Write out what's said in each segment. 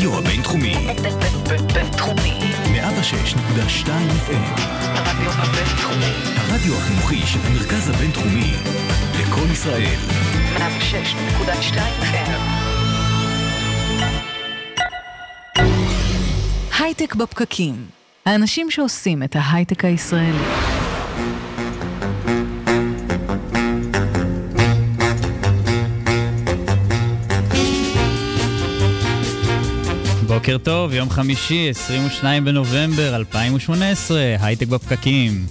הרדיו הבינתחומי. בינתחומי. 106.2 FM. הרדיו הבינתחומי. הרדיו החינוכי של המרכז הבינתחומי. לכל ישראל. 106.2 FM. הייטק בפקקים. האנשים שעושים את ההייטק הישראלי. בוקר טוב, יום חמישי, 22 בנובמבר 2018, הייטק בפקקים.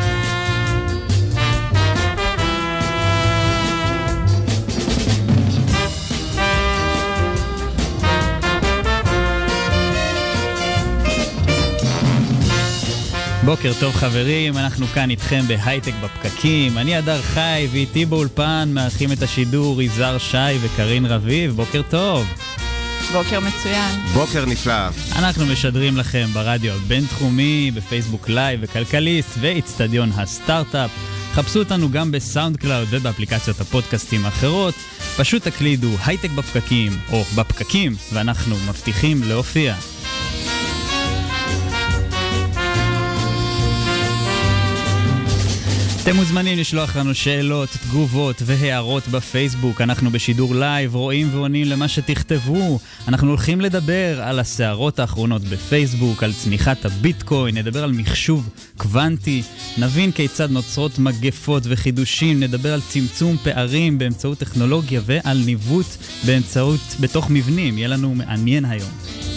בוקר טוב חברים, אנחנו כאן איתכם בהייטק בפקקים. אני אדר חי ואיתי באולפן מארחים את השידור יזהר שי וקרין רביב. בוקר טוב. בוקר מצוין. בוקר נפלא. אנחנו משדרים לכם ברדיו הבינתחומי, בפייסבוק לייב וכלכליסט ואצטדיון הסטארט-אפ. חפשו אותנו גם בסאונד קלאוד ובאפליקציות הפודקאסטים האחרות. פשוט תקלידו הייטק בפקקים או בפקקים ואנחנו מבטיחים להופיע. אתם מוזמנים לשלוח לנו שאלות, תגובות והערות בפייסבוק. אנחנו בשידור לייב, רואים ועונים למה שתכתבו. אנחנו הולכים לדבר על הסערות האחרונות בפייסבוק, על צניחת הביטקוין, נדבר על מחשוב קוונטי, נבין כיצד נוצרות מגפות וחידושים, נדבר על צמצום פערים באמצעות טכנולוגיה ועל ניווט בתוך מבנים. יהיה לנו מעניין היום.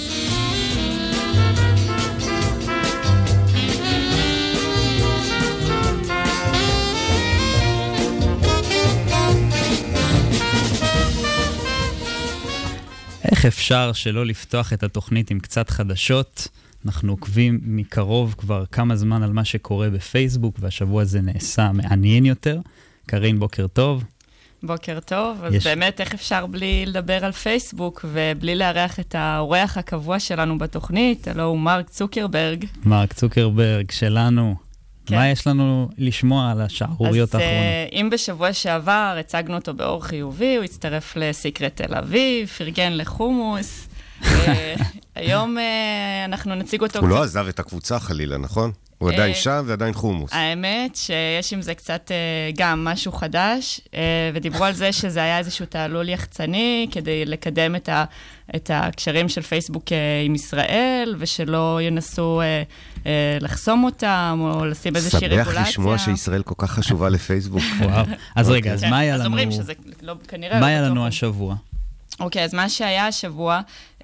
איך אפשר שלא לפתוח את התוכנית עם קצת חדשות? אנחנו עוקבים מקרוב כבר כמה זמן על מה שקורה בפייסבוק, והשבוע זה נעשה מעניין יותר. קרין, בוקר טוב. בוקר טוב. אז באמת איך אפשר בלי לדבר על פייסבוק, ובלי לארח את האורח הקבוע שלנו בתוכנית, הלוא הוא מרק צוקרברג. מרק צוקרברג שלנו. כן. מה יש לנו לשמוע על השערוריות האחרונות? אז אם בשבוע שעבר הצגנו אותו באור חיובי, הוא הצטרף לסיקרט תל אביב, פרגן לחומוס. היום אנחנו נציג אותו... הוא לא עזב את הקבוצה חלילה, נכון? הוא עדיין שם ועדיין חומוס. האמת שיש עם זה קצת גם משהו חדש, ודיברו על זה שזה היה איזשהו תעלול יחצני, כדי לקדם את הקשרים של פייסבוק עם ישראל, ושלא ינסו לחסום אותם, או לשים איזושהי רגולציה. סבח לשמוע שישראל כל כך חשובה לפייסבוק. וואו. אז רגע, אז מה היה לנו... אז אומרים שזה לא כנראה... מה היה לנו השבוע? אוקיי, אז מה שהיה השבוע...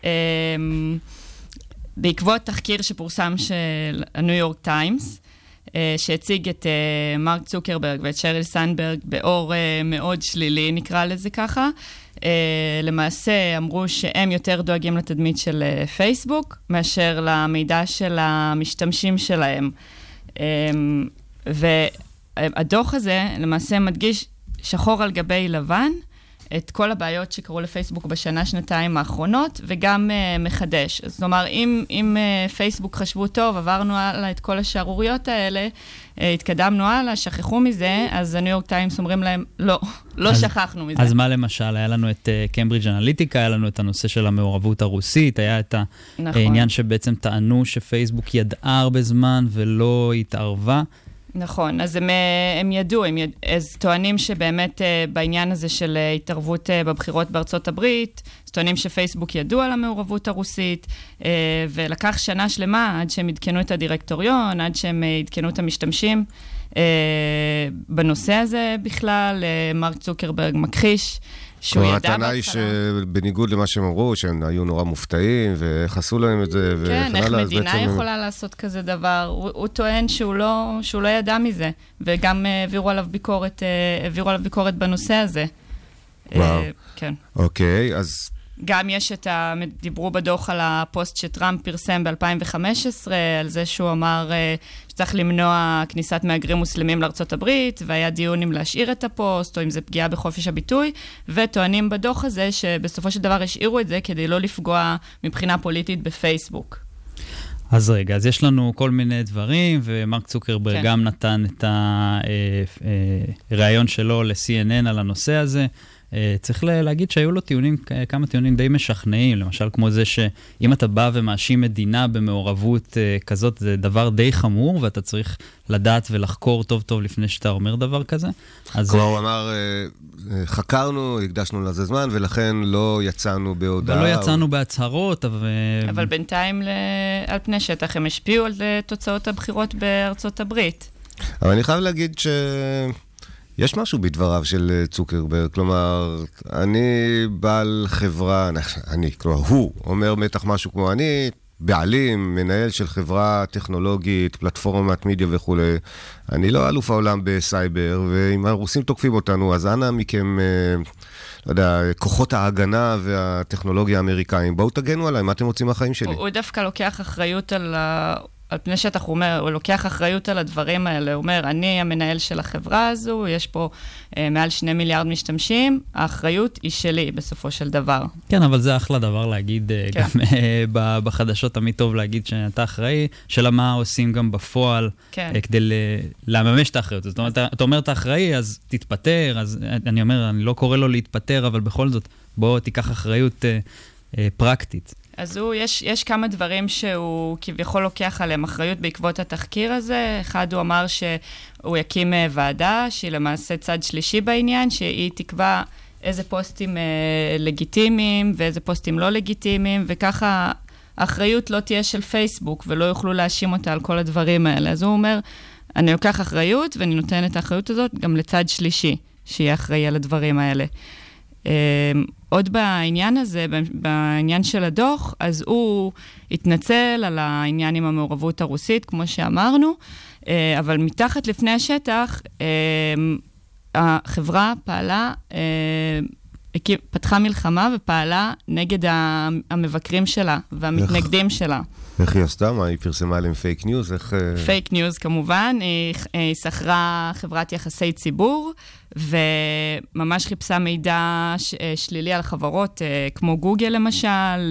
בעקבות תחקיר שפורסם של הניו יורק טיימס, שהציג את מרק צוקרברג ואת שריל סנדברג באור מאוד שלילי, נקרא לזה ככה, למעשה אמרו שהם יותר דואגים לתדמית של פייסבוק, מאשר למידע של המשתמשים שלהם. והדוח הזה למעשה מדגיש שחור על גבי לבן, את כל הבעיות שקרו לפייסבוק בשנה-שנתיים האחרונות, וגם מחדש. זאת אומרת, אם פייסבוק חשבו טוב, עברנו הלאה את כל השערוריות האלה, התקדמנו הלאה, שכחו מזה, אז הניו יורק טיימס אומרים להם, לא שכחנו מזה. אז מה למשל? היה לנו את קיימברידג' אנליטיקה, היה לנו את הנושא של המעורבות הרוסית, היה את העניין שבעצם טענו שפייסבוק ידעה הרבה זמן ולא התערבה. נכון, אז הם ידעו, אז טוענים שבאמת בעניין הזה של התערבות בבחירות בארצות הברית, אז טוענים שפייסבוק ידעו על המעורבות הרוסית, ולקח שנה שלמה עד שהם עדכנו את הדירקטוריון, עד שהם עדכנו את המשתמשים בנושא הזה בכלל. מרק צוקרברג מכחיש שהוא ידע בהתחלה. הטענה היא שבניגוד למה שהם אמרו, שהם היו נורא מופתעים, ואיך עשו להם את זה, כן, איך מדינה יכולה לעשות כזה דבר. הוא טוען שהוא לא ידע מזה, וגם העבירו עליו ביקורת בנושא הזה. וואו. כן. אוקיי, אז... גם יש דיברו בדוח על הפוסט שטראמפ פרסם ב-2015, על זה שהוא אמר שצריך למנוע כניסת מהגרים מוסלמים לארצות הברית, והיה דיון אם להשאיר את הפוסט, או אם זה פגיעה בחופש הביטוי, וטוענים בדוח הזה שבסופו של דבר השאירו את זה כדי לא לפגוע מבחינה פוליטית בפייסבוק. אז רגע, אז יש לנו כל מיני דברים, ומרק צוקרברג גם נתן את הרעיון שלו ל-CNN על הנושא הזה. צריך להגיד שהיו לו כמה טיעונים די משכנעים, למשל כמו זה שאם אתה בא ומאשים מדינה במעורבות כזאת, זה דבר די חמור, ואתה צריך לדעת ולחקור טוב טוב לפני שאתה אומר דבר כזה. כמו הוא אמר, חקרנו, הקדשנו לזה זמן, ולכן לא יצאנו בהודעה. ולא יצאנו בהצהרות, אבל בינתיים על פני שטח הם השפיעו על תוצאות הבחירות בארצות הברית. אבל אני חייב להגיד יש משהו בדבריו של צוקרברג, כלומר, אני בעל חברה, כלומר, הוא אומר מתח משהו כמו אני, בעלים, מנהל של חברה טכנולוגית, פלטפורמת מידיה וכו'. אני לא אלוף העולם בסייבר, ואם הרוסים תוקפים אותנו, אז אנא מכם, לא יודע, כוחות ההגנה והטכנולוגיה האמריקאים, בואו תגנו עליי, מה אתם רוצים מהחיים שלי? הוא דווקא לוקח אחריות על פני שטח, הוא לוקח אחריות על הדברים האלה, הוא אומר, אני המנהל של החברה הזו, יש פה מעל 2 מיליארד משתמשים, האחריות היא שלי בסופו של דבר. כן, אבל זה אחלה דבר להגיד, כן. גם בחדשות תמיד טוב להגיד שאתה אחראי, שאלה מה עושים גם בפועל, כן. כדי לממש את האחריות. זאת אומרת, אתה אומר אתה אחראי, אז תתפטר, אז אני אומר, אני לא קורא לו להתפטר, אבל בכל זאת, בוא תיקח אחריות פרקטית. אז יש כמה דברים שהוא כביכול לוקח עליהם אחריות בעקבות התחקיר הזה. אחד, הוא אמר שהוא יקים ועדה, שהיא למעשה צד שלישי בעניין, שהיא תקבע איזה פוסטים לגיטימיים ואיזה פוסטים לא לגיטימיים, וככה האחריות לא תהיה של פייסבוק, ולא יוכלו להאשים אותה על כל הדברים האלה. אז הוא אומר, אני לוקח אחריות, ואני נותן את האחריות הזאת גם לצד שלישי, שיהיה אחראי על הדברים האלה. עוד בעניין הזה, בעניין של הדוח, אז הוא התנצל על העניין עם המעורבות הרוסית, כמו שאמרנו, אבל מתחת לפני השטח, החברה פעלה, פתחה מלחמה ופעלה נגד המבקרים שלה והמתנגדים שלה. איך היא עשתה? מה, היא פרסמה עליהם פייק ניוז? פייק ניוז כמובן, היא שכרה חברת יחסי ציבור, וממש חיפשה מידע שלילי על חברות, כמו גוגל למשל,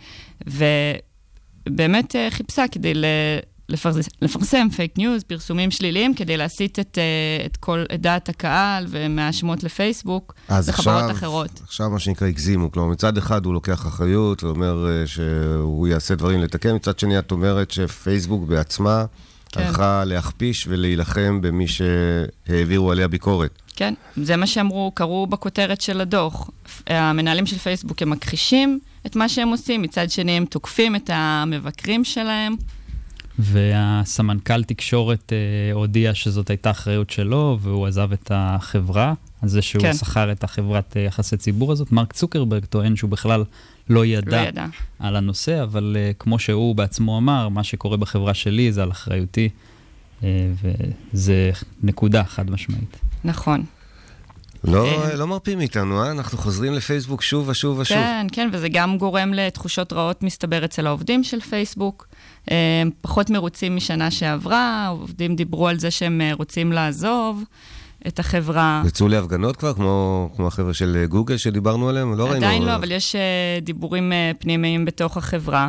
ובאמת חיפשה כדי לפרסם פייק ניוז, פרסומים שליליים, כדי להסיט את דעת הקהל ומהאשמות לפייסבוק לחברות אחרות. עכשיו מה שנקרא הגזימו, כלומר מצד אחד הוא לוקח אחריות ואומר שהוא יעשה דברים לתקן, מצד שני את אומרת שפייסבוק בעצמה הלכה להכפיש ולהילחם במי שהעבירו עליה ביקורת. כן, זה מה שאמרו, קראו בכותרת של הדוח. המנהלים של פייסבוק הם מכחישים את מה שהם עושים, מצד שני הם תוקפים את המבקרים שלהם. והסמנכ"ל תקשורת הודיע שזאת הייתה אחריות שלו, והוא עזב את החברה, על זה שהוא שכר את החברת יחסי ציבור הזאת. מרק צוקרברג טוען שהוא בכלל לא ידע על הנושא, אבל כמו שהוא בעצמו אמר, מה שקורה בחברה שלי זה על אחריותי, וזה נקודה חד משמעית. נכון. לא מרפים איתנו, אנחנו חוזרים לפייסבוק שוב ושוב ושוב. כן, כן, וזה גם גורם לתחושות רעות מסתבר אצל העובדים של פייסבוק. פחות מרוצים משנה שעברה, העובדים דיברו על זה שהם רוצים לעזוב את החברה. יצאו להפגנות כבר, כמו החבר'ה של גוגל שדיברנו עליהם? עדיין לא, אבל יש דיבורים פנימיים בתוך החברה.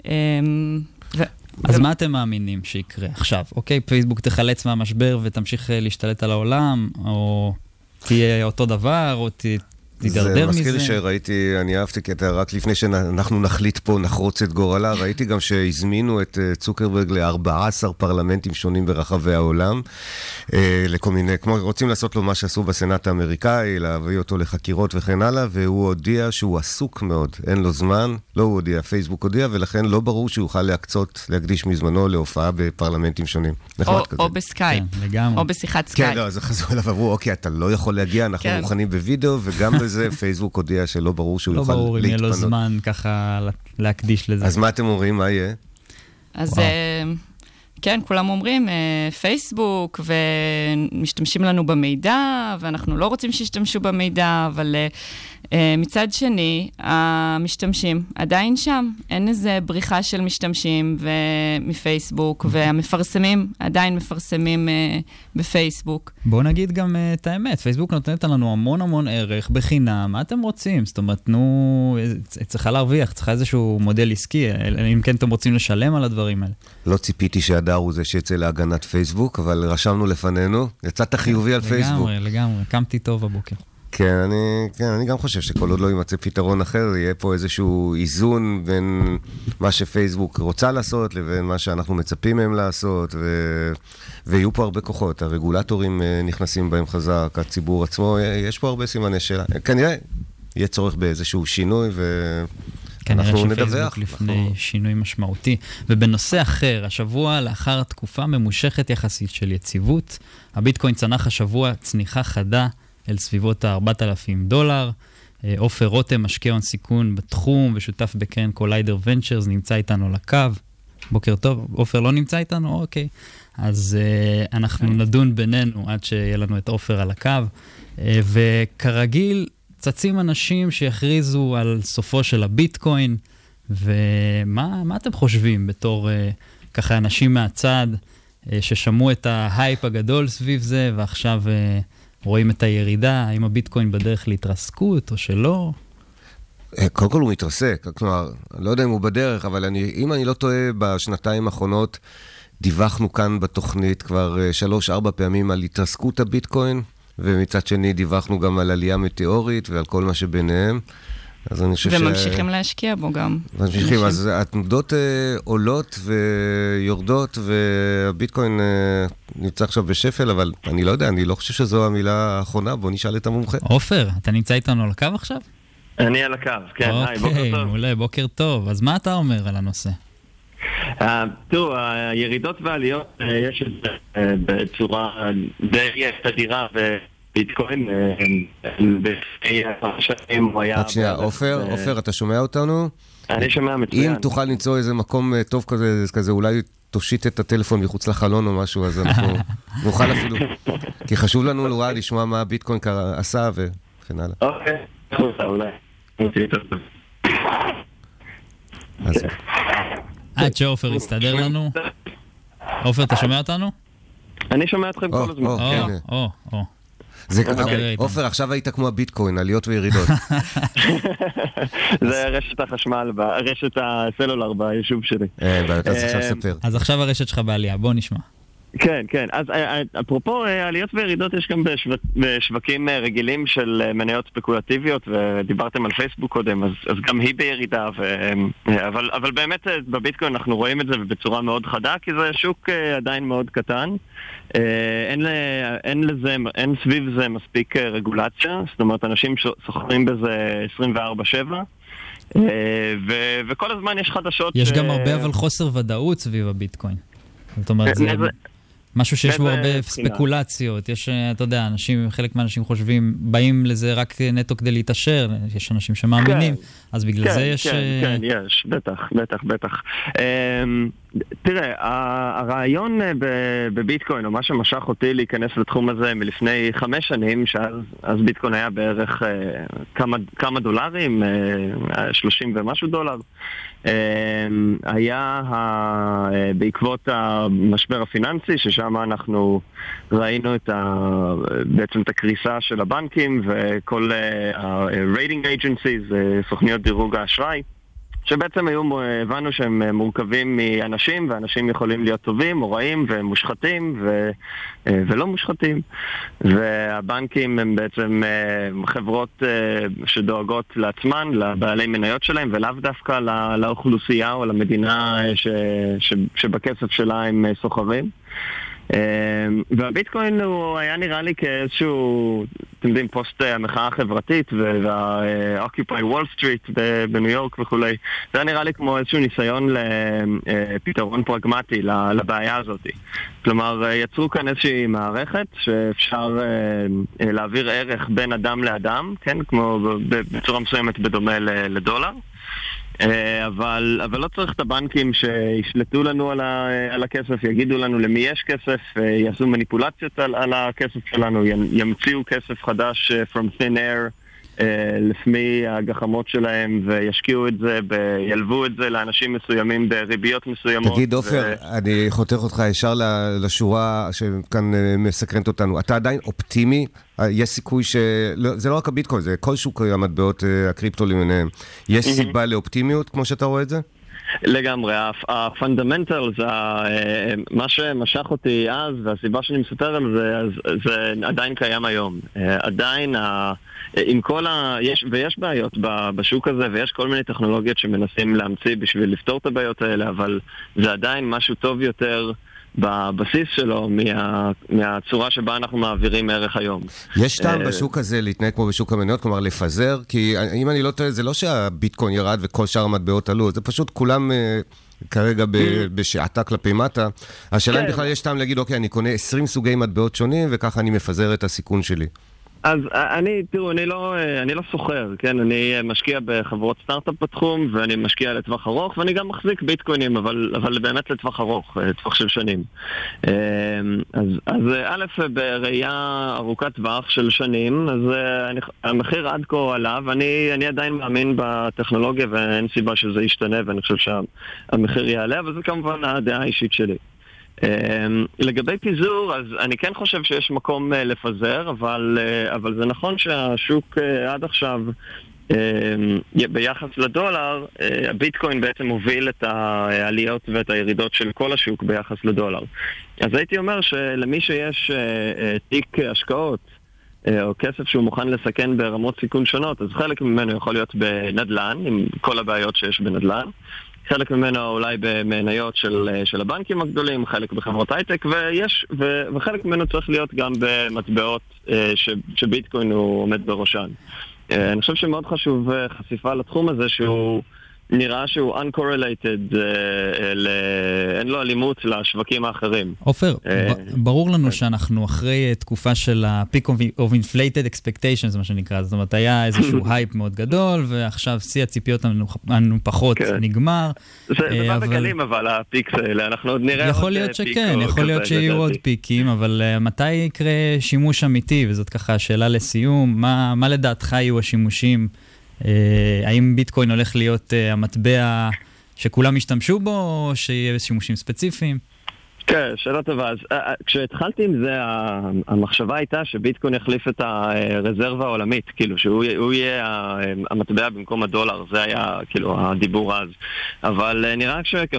אז מה אתם מאמינים שיקרה עכשיו? אוקיי, פייסבוק תחלץ מהמשבר ותמשיך להשתלט על העולם, או תהיה אותו דבר, או תידרדר מזה? זה מזכיר לי שראיתי, אני אהבתי כי רק לפני שאנחנו נחליט פה, נחרוץ את גורלה, ראיתי גם שהזמינו את צוקרברג ל14 פרלמנטים שונים ברחבי העולם, לכל מיני, כמו רוצים לעשות לו מה שעשו בסנאט האמריקאי, להביא אותו לחקירות וכן הלאה, והוא הודיע שהוא עסוק מאוד, אין לו זמן, לא הוא הודיע, פייסבוק הודיע, ולכן לא ברור שהוא יוכל להקדיש מזמנו להופעה בפרלמנטים שונים. או בסקייפ, או בשיחת סקייפ. כן, לא, אז חזרו אליו, אמרו, אוקיי, אתה לא יכול להגיע, אנחנו מוכנים בווידאו, וגם בזה פייסבוק הודיע שלא ברור שהוא יוכל להתפנות. לא ברור אם יהיה לו זמן ככה להקדיש לזה. אז מה אתם אומרים? מה יהיה? אז כן, כולם אומרים פייסבוק, ומשתמשים לנו במידע, ואנחנו לא רוצים שישתמשו במידע, אבל מצד שני, המשתמשים עדיין שם. אין איזה בריחה של משתמשים מפייסבוק, והמפרסמים עדיין מפרסמים בפייסבוק. בואו נגיד גם את האמת, פייסבוק נותנת לנו המון ערך בחינם. מה אתם רוצים? זאת אומרת, צריכה להרוויח, צריכה איזשהו מודל עסקי, אם כן אתם רוצים לשלם על הדברים האלה. לא ציפיתי שהדר הוא זה שיצא להגנת פייסבוק, אבל רשמנו לפנינו, יצאת חיובי על פייסבוק. לגמרי, קמתי טוב הבוקר. כן, אני גם חושב שכל עוד לא יימצא פתרון אחר, יהיה פה איזשהו איזון בין מה שפייסבוק רוצה לעשות לבין מה שאנחנו מצפים מהם לעשות, ויהיו פה הרבה כוחות, הרגולטורים נכנסים בהם חזק, הציבור עצמו, יש פה הרבה סימני שאלה. כנראה יהיה צורך באיזשהו שינוי, ואנחנו נדווח. כנראה שפייסבוק לפני שינוי משמעותי. ובנושא אחר, השבוע לאחר תקופה ממושכת יחסית של יציבות, הביטקוין צנח השבוע צניחה חדה, אל סביבות $4,000. עופר רותם, משקיע הון סיכון בתחום ושותף בקרן קוליידר ונצ'רס, נמצא איתנו לקו. בוקר טוב. עופר לא נמצא איתנו? אוקיי. אז אנחנו נדון בינינו עד שיהיה לנו את עופר על הקו. וכרגיל, צצים אנשים שיכריזו על סופו של הביטקוין, ומה אתם חושבים בתור ככה אנשים מהצד ששמעו את ההייפ הגדול סביב זה, ועכשיו רואים את הירידה, האם הביטקוין בדרך להתרסקות או שלא? קודם כל הוא מתרסק, כלומר, לא יודע אם הוא בדרך, אבל אם אני לא טועה, בשנתיים האחרונות דיווחנו כאן בתוכנית כבר 3-4 פעמים על התרסקות הביטקוין, ומצד שני דיווחנו גם על עלייה מטאורית ועל כל מה שביניהם. אז אני חושב וממשיכים להשקיע בו גם. ממשיכים, אז התנודות עולות ויורדות, והביטקוין נמצא עכשיו בשפל, אבל אני לא יודע, אני לא חושב שזו המילה האחרונה, בוא נשאל את המומחה. עופר, אתה נמצא איתנו על הקו עכשיו? אני על הקו, כן, היי, בוקר טוב. אוקיי, מעולה, בוקר טוב. אז מה אתה אומר על הנושא? תראו, הירידות והעליות יש את זה בצורה די תדירה וביטקוין בפני שנים הוא היה... רק שנייה, עופר, אתה שומע אותנו? אני שומע מצוין. אם תוכל למצוא איזה מקום טוב כזה, אולי תושיט את הטלפון מחוץ לחלון או משהו, אז אנחנו נוכל אפילו... כי חשוב לנו נורא לשמוע מה הביטקוין עשה וכן הלאה. אוקיי, אולי. אז... עד שעופר יסתדר לנו. עופר, אתה שומע אותנו? אני שומע אתכם כל הזמן. עופר, עכשיו היית כמו הביטקוין, עליות וירידות. זה רשת החשמל, רשת הסלולר ביישוב שלי. אז עכשיו ספר. אז עכשיו הרשת שלך בעלייה, בוא נשמע. כן, כן. אז אפרופו עליות וירידות יש גם בשווקים רגילים של מניות ספקולטיביות, ודיברתם על פייסבוק קודם, אז גם היא בירידה, אבל באמת בביטקוין אנחנו רואים את זה בצורה מאוד חדה, כי זה שוק עדיין מאוד קטן. אין סביב זה מספיק רגולציה, זאת אומרת אנשים סוחרים בזה 24/7, וכל הזמן יש חדשות. יש גם הרבה אבל חוסר ודאות סביב הביטקוין. זאת אומרת, זה משהו שיש בו הרבה ספקולציות. יש, אתה יודע, חלק מהאנשים חושבים, באים לזה רק נטו כדי להתאשר, יש אנשים שמאמינים, אז בגלל זה יש... כן, יש, בטח. תראה, הרעיון בביטקוין, או מה שמשך אותי להיכנס לתחום הזה מלפני 5 שנים, שאז ביטקוין היה בערך כמה דולרים, 30 ומשהו דולר, היה בעקבות המשבר הפיננסי, ששם אנחנו ראינו בעצם את הקריסה של הבנקים וכל ה-rating agencies, סוכניות דירוג האשראי, שבעצם הבנו שהם מורכבים מאנשים, ואנשים יכולים להיות טובים או רעים ומושחתים ולא מושחתים. והבנקים הם בעצם חברות שדואגות לעצמן, לבעלי מניות שלהם, ולאו דווקא לאוכלוסייה או למדינה שבכסף שלה הם סוחרים. והביטקוין הוא היה נראה לי כאיזשהו, אתם יודעים, פוסט המחאה החברתית וה-Occupy Wall Street בניו יורק וכולי. זה היה נראה לי כמו איזשהו ניסיון לפתרון פרגמטי לבעיה הזאת. כלומר, יצרו כאן איזושהי מערכת שאפשר להעביר ערך בין אדם לאדם, כן? כמו בצורה מסוימת בדומה לדולר. אבל לא צריך את הבנקים שישלטו לנו על הכסף, יגידו לנו למי יש כסף, יעשו מניפולציות על הכסף שלנו, ימציאו כסף חדש from thin air לפני הגחמות שלהם, וישקיעו את זה, ילוו את זה לאנשים מסוימים בריביות מסוימות. תגיד, עופר, אני חותך אותך ישר לשורה שכאן מסקרנת אותנו. אתה עדיין אופטימי? יש סיכוי זה לא רק הביטקוין, זה כל שוק המטבעות הקריפטו למיניהם. יש סיבה לאופטימיות כמו שאתה רואה את זה? לגמרי, הפונדמנטל זה מה שמשך אותי אז, והסיבה שאני מספר על זה, זה עדיין קיים היום. עדיין, עם כל ויש בעיות בשוק הזה, ויש כל מיני טכנולוגיות שמנסים להמציא בשביל לפתור את הבעיות האלה, אבל זה עדיין משהו טוב יותר בבסיס שלו מהצורה שבה אנחנו מעבירים ערך היום. יש טעם בשוק הזה להתנהג כמו בשוק המניות, כלומר לפזר, כי אם אני לא טועה, זה לא שהביטקוין ירד וכל שאר המטבעות עלו, זה פשוט כולם כרגע בשעתה כלפי מטה. השאלה אם בכלל יש טעם להגיד, אוקיי, אני קונה 20 סוגי מטבעות שונים, וככה אני מפזר את הסיכון שלי. אז תראו, אני לא סוחר, כן? אני משקיע בחברות סטארט-אפ בתחום, ואני משקיע לטווח ארוך, ואני גם מחזיק ביטקוינים, אבל באמת לטווח ארוך, טווח של שנים. אז א', בראייה ארוכת טווח של שנים, אז המחיר עד כה עלה, ואני עדיין מאמין בטכנולוגיה, ואין סיבה שזה ישתנה, ואני חושב שהמחיר יעלה, אבל זה כמובן הדעה האישית שלי. לגבי פיזור, אז אני כן חושב שיש מקום לפזר, אבל זה נכון שהשוק עד עכשיו, ביחס לדולר, הביטקוין בעצם מוביל את העליות ואת הירידות של כל השוק ביחס לדולר. אז הייתי אומר שלמי שיש תיק השקעות, או כסף שהוא מוכן לסכן ברמות סיכון שונות, אז חלק ממנו יכול להיות בנדלן, עם כל הבעיות שיש בנדלן. חלק ממנו אולי במניות של הבנקים הגדולים, חלק בחברות הייטק, וחלק ממנו צריך להיות גם במטבעות שביטקוין הוא עומד בראשן. אני חושב שמאוד חשוב חשיפה לתחום הזה שהוא נראה שהוא uncorrelated, אין לו אלימות לשווקים האחרים. עופר, ברור לנו שאנחנו אחרי תקופה של ה-peak of inflated expectations, מה שנקרא. זאת אומרת, היה איזשהו הייפ מאוד גדול, ועכשיו שיא הציפיות פחות נגמר. זה בא בגלים, אבל הפיקס האלה, אנחנו עוד נראה... יכול להיות שכן, יכול להיות שיהיו עוד פיקים, אבל מתי יקרה שימוש אמיתי? וזאת ככה שאלה לסיום. מה לדעתך יהיו השימושים? האם ביטקוין הולך להיות המטבע שכולם ישתמשו בו, או שיהיה שימושים ספציפיים? כן, שאלה טובה. אז כשהתחלתי עם זה, המחשבה הייתה שביטקוין יחליף את הרזרבה העולמית, כאילו שהוא יהיה המטבע במקום הדולר, זה היה כאילו הדיבור אז. אבל נראה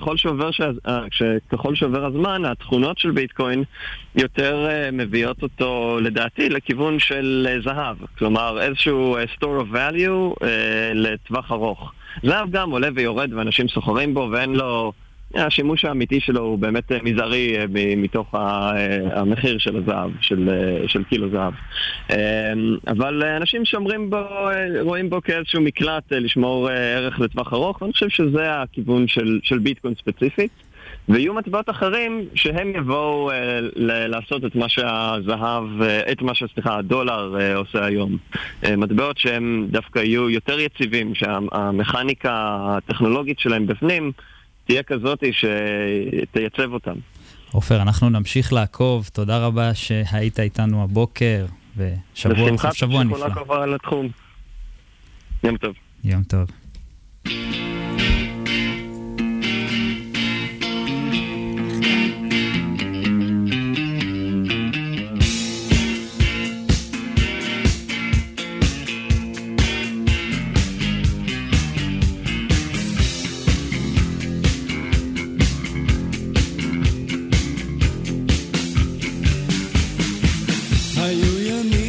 שככל שעובר הזמן, התכונות של ביטקוין יותר מביאות אותו, לדעתי, לכיוון של זהב. כלומר, איזשהו store of value לטווח ארוך. זהב גם עולה ויורד ואנשים סוחרים בו ואין לו... השימוש האמיתי שלו הוא באמת מזערי מתוך המחיר של הזהב, של קילו זהב. אבל אנשים שומרים בו, רואים בו כאיזשהו מקלט לשמור ערך לטווח ארוך, ואני חושב שזה הכיוון של ביטקוין ספציפית. ויהיו מטבעות אחרים שהם יבואו לעשות את מה הדולר עושה היום. מטבעות שהם דווקא יהיו יותר יציבים, שהמכניקה הטכנולוגית שלהם בפנים תהיה כזאת שתייצב אותם. עופר, אנחנו נמשיך לעקוב. תודה רבה שהיית איתנו הבוקר, ושבוע נפלא. בשמחה לעקוב על התחום. יום טוב. יום טוב.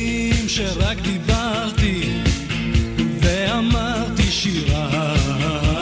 שרק דיברתי ואמרתי שירה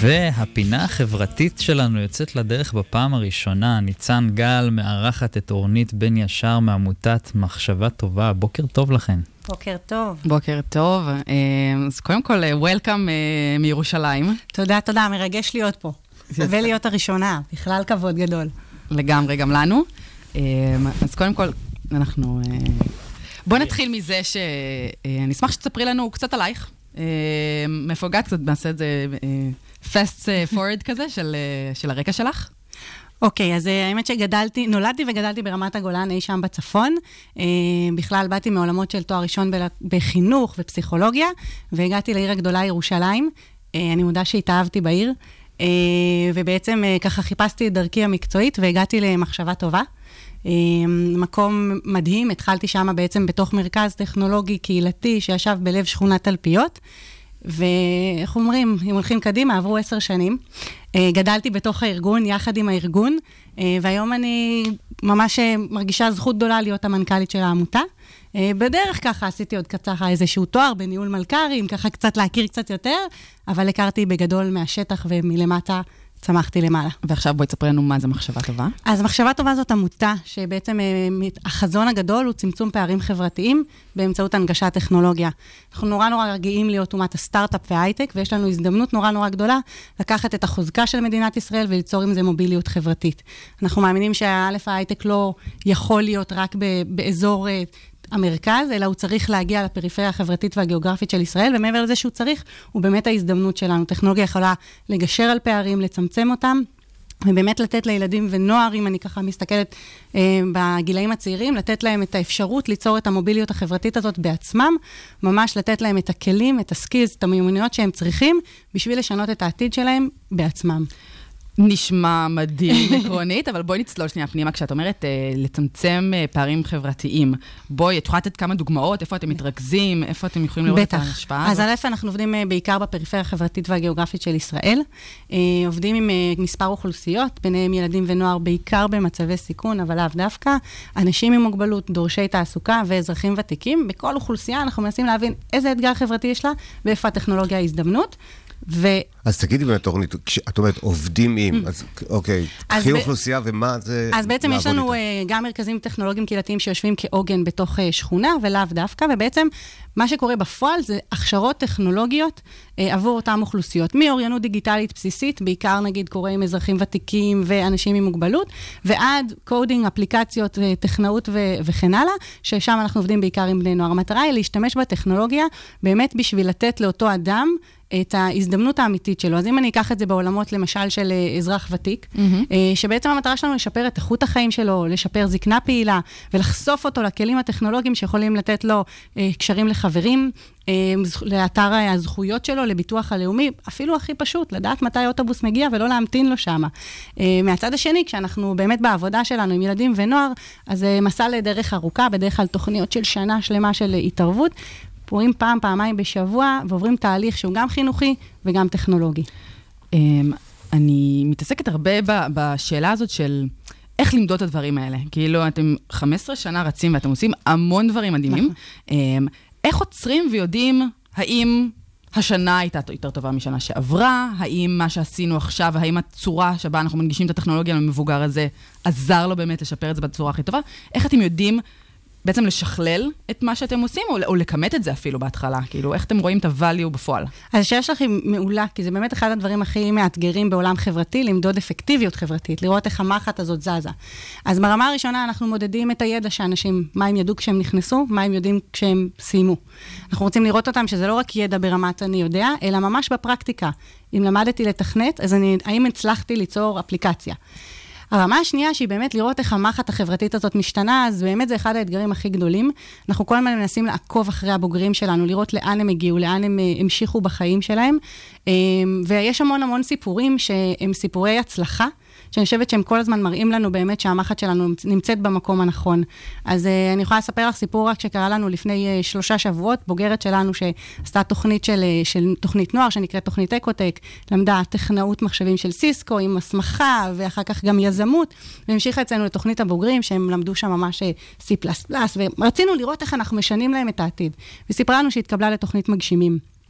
והפינה החברתית שלנו יוצאת לדרך בפעם הראשונה. ניצן גל מארחת את אורנית בן ישר מעמותת מחשבה טובה. בוקר טוב לכן. בוקר טוב. בוקר טוב. אז קודם כל, וולקאם מירושלים. תודה, תודה. מרגש להיות פה. שווה להיות הראשונה. בכלל כבוד גדול. לגמרי, גם לנו. אז קודם כל, אנחנו... בוא נתחיל מזה שאני אשמח שתספרי לנו קצת עלייך. מפוגעת קצת, נעשה את זה fast forward כזה של הרקע שלך. אוקיי, אז האמת נולדתי וגדלתי ברמת הגולן, אי שם בצפון. בכלל באתי מעולמות של תואר ראשון בחינוך ופסיכולוגיה, והגעתי לעיר הגדולה ירושלים. אני מודה שהתאהבתי בעיר, ובעצם ככה חיפשתי את דרכי המקצועית, והגעתי למחשבה טובה. מקום מדהים, התחלתי שם בעצם בתוך מרכז טכנולוגי קהילתי שישב בלב שכונת תלפיות, ואיך אומרים, אם הולכים קדימה, עברו 10 שנים. גדלתי בתוך הארגון, יחד עם הארגון, והיום אני ממש מרגישה זכות גדולה להיות המנכ"לית של העמותה. בדרך ככה עשיתי עוד ככה איזשהו תואר בניהול מלכ"רים, ככה קצת להכיר קצת יותר, אבל הכרתי בגדול מהשטח ומלמטה צמחתי למעלה. ועכשיו בואי תספרי לנו מה זה מחשבה טובה. אז מחשבה טובה זאת עמותה, שבעצם החזון הגדול הוא צמצום פערים חברתיים באמצעות הנגשת טכנולוגיה. אנחנו נורא רגילים להיות אומת הסטארט-אפ וההייטק, ויש לנו הזדמנות נורא גדולה לקחת את החוזקה של מדינת ישראל וליצור עם זה מוביליות חברתית. אנחנו מאמינים ההייטק לא יכול להיות רק באזור המרכז, אלא הוא צריך להגיע לפריפריה החברתית והגיאוגרפית של ישראל, ומעבר לזה שהוא צריך, הוא באמת ההזדמנות שלנו. טכנולוגיה יכולה לגשר על פערים, לצמצם אותם, ובאמת לתת לילדים ונוער, אם אני ככה מסתכלת בגילאים הצעירים, לתת להם את האפשרות ליצור את המוביליות החברתית הזאת בעצמם, ממש לתת להם את הכלים, את הסקילס, את המיומנויות שהם צריכים, בשביל לשנות את העתיד שלהם בעצמם. נשמע מדהים עקרונית, אבל בואי נצלול שנייה פנימה, כשאת אומרת לצמצם פערים חברתיים. בואי, את יכולה לתת כמה דוגמאות, איפה אתם מתרכזים, איפה אתם יכולים לראות את ההשפעה הזאת? אז אלף אנחנו עובדים בעיקר בפריפריה החברתית והגיאוגרפית של ישראל. עובדים עם מספר אוכלוסיות, ביניהם ילדים ונוער, בעיקר במצבי סיכון, אבל לאו דווקא. אנשים עם מוגבלות, דורשי תעסוקה ואזרחים ותיקים. בכל אוכלוסייה אנחנו מנסים להבין איזה אתגר חברתי יש לה, ואיפה הטכנולוגיה ההזדמנות. אז תגידי באמת, אורנית, כשאת אומרת עובדים עם, אז אוקיי, קחי אוכלוסייה ומה זה... אז בעצם יש לנו גם מרכזים טכנולוגיים קהילתיים שיושבים כעוגן בתוך שכונה ולאו דווקא, ובעצם מה שקורה בפועל זה הכשרות טכנולוגיות עבור אותם אוכלוסיות. מאוריינות דיגיטלית בסיסית, בעיקר נגיד קורה עם אזרחים ותיקים ואנשים עם מוגבלות, ועד קודינג, אפליקציות, טכנאות וכן הלאה, ששם אנחנו עובדים בעיקר עם בני נוער. המטרה היא להשתמש בטכנולוגיה באמת בשביל לתת לאותו אדם את ההזדמנות האמיתית שלו. אז אם אני אקח את זה בעולמות, למשל, של אזרח ותיק, שבעצם המטרה שלנו לשפר את איכות החיים שלו, לשפר זקנה פעילה, ולחשוף אותו לכלים הטכנולוגיים שיכולים לתת לו קשרים לחברים, לאתר הזכויות שלו, לביטוח הלאומי, אפילו הכי פשוט, לדעת מתי אוטובוס מגיע ולא להמתין לו שם. מהצד השני, כשאנחנו באמת בעבודה שלנו עם ילדים ונוער, אז מסע לדרך ארוכה, בדרך כלל תוכניות של שנה שלמה של התערבות, פורים פעמיים בשבוע, ועוברים תהליך שהוא גם חינוכי וגם טכנולוגי. אני מתעסקת הרבה בשאלה הזאת של איך למדוד את הדברים האלה. כאילו, אתם 15 שנה רצים ואתם עושים המון דברים מדהימים. איך עוצרים ויודעים האם השנה הייתה יותר טובה משנה שעברה, האם מה שעשינו עכשיו, האם הצורה שבה אנחנו מנגישים את הטכנולוגיה למבוגר הזה, עזר לו באמת לשפר את זה בצורה הכי טובה? איך אתם יודעים בעצם לשכלל את מה שאתם עושים, או לקמת את זה אפילו בהתחלה? כאילו, איך אתם רואים את ה-value בפועל? אז השאלה שלך היא מעולה, כי זה באמת אחד הדברים הכי מאתגרים בעולם חברתי, למדוד אפקטיביות חברתית, לראות איך המחט הזאת זזה. אז ברמה הראשונה אנחנו מודדים את הידע שאנשים, מה הם ידעו כשהם נכנסו, מה הם יודעים כשהם סיימו. אנחנו רוצים לראות אותם שזה לא רק ידע ברמת אני יודע, אלא ממש בפרקטיקה. אם למדתי לתכנת, אז האם הצלחתי ליצור אפליקציה? הרמה השנייה, שהיא באמת לראות איך המחט החברתית הזאת משתנה, אז באמת זה אחד האתגרים הכי גדולים. אנחנו כל הזמן מנסים לעקוב אחרי הבוגרים שלנו, לראות לאן הם הגיעו, לאן הם המשיכו בחיים שלהם. ויש המון סיפורים שהם סיפורי הצלחה, שאני חושבת שהם כל הזמן מראים לנו באמת שהמחט שלנו נמצאת במקום הנכון. אז אני יכולה לספר לך סיפור רק שקרה לנו לפני 3 שבועות, בוגרת שלנו שעשתה תוכנית של תוכנית נוער, שנקראת תוכנית אקוטק, למדה טכנאות מחשבים של סיסקו, עם הסמכה, ואחר כך גם יזמות, והמשיכה אצלנו לתוכנית הבוגרים, שהם למדו שם ממש C++, ורצינו לראות איך אנחנו משנים להם את העתיד. וסיפרה לנו שהתקבלה לתוכנית מגשימים.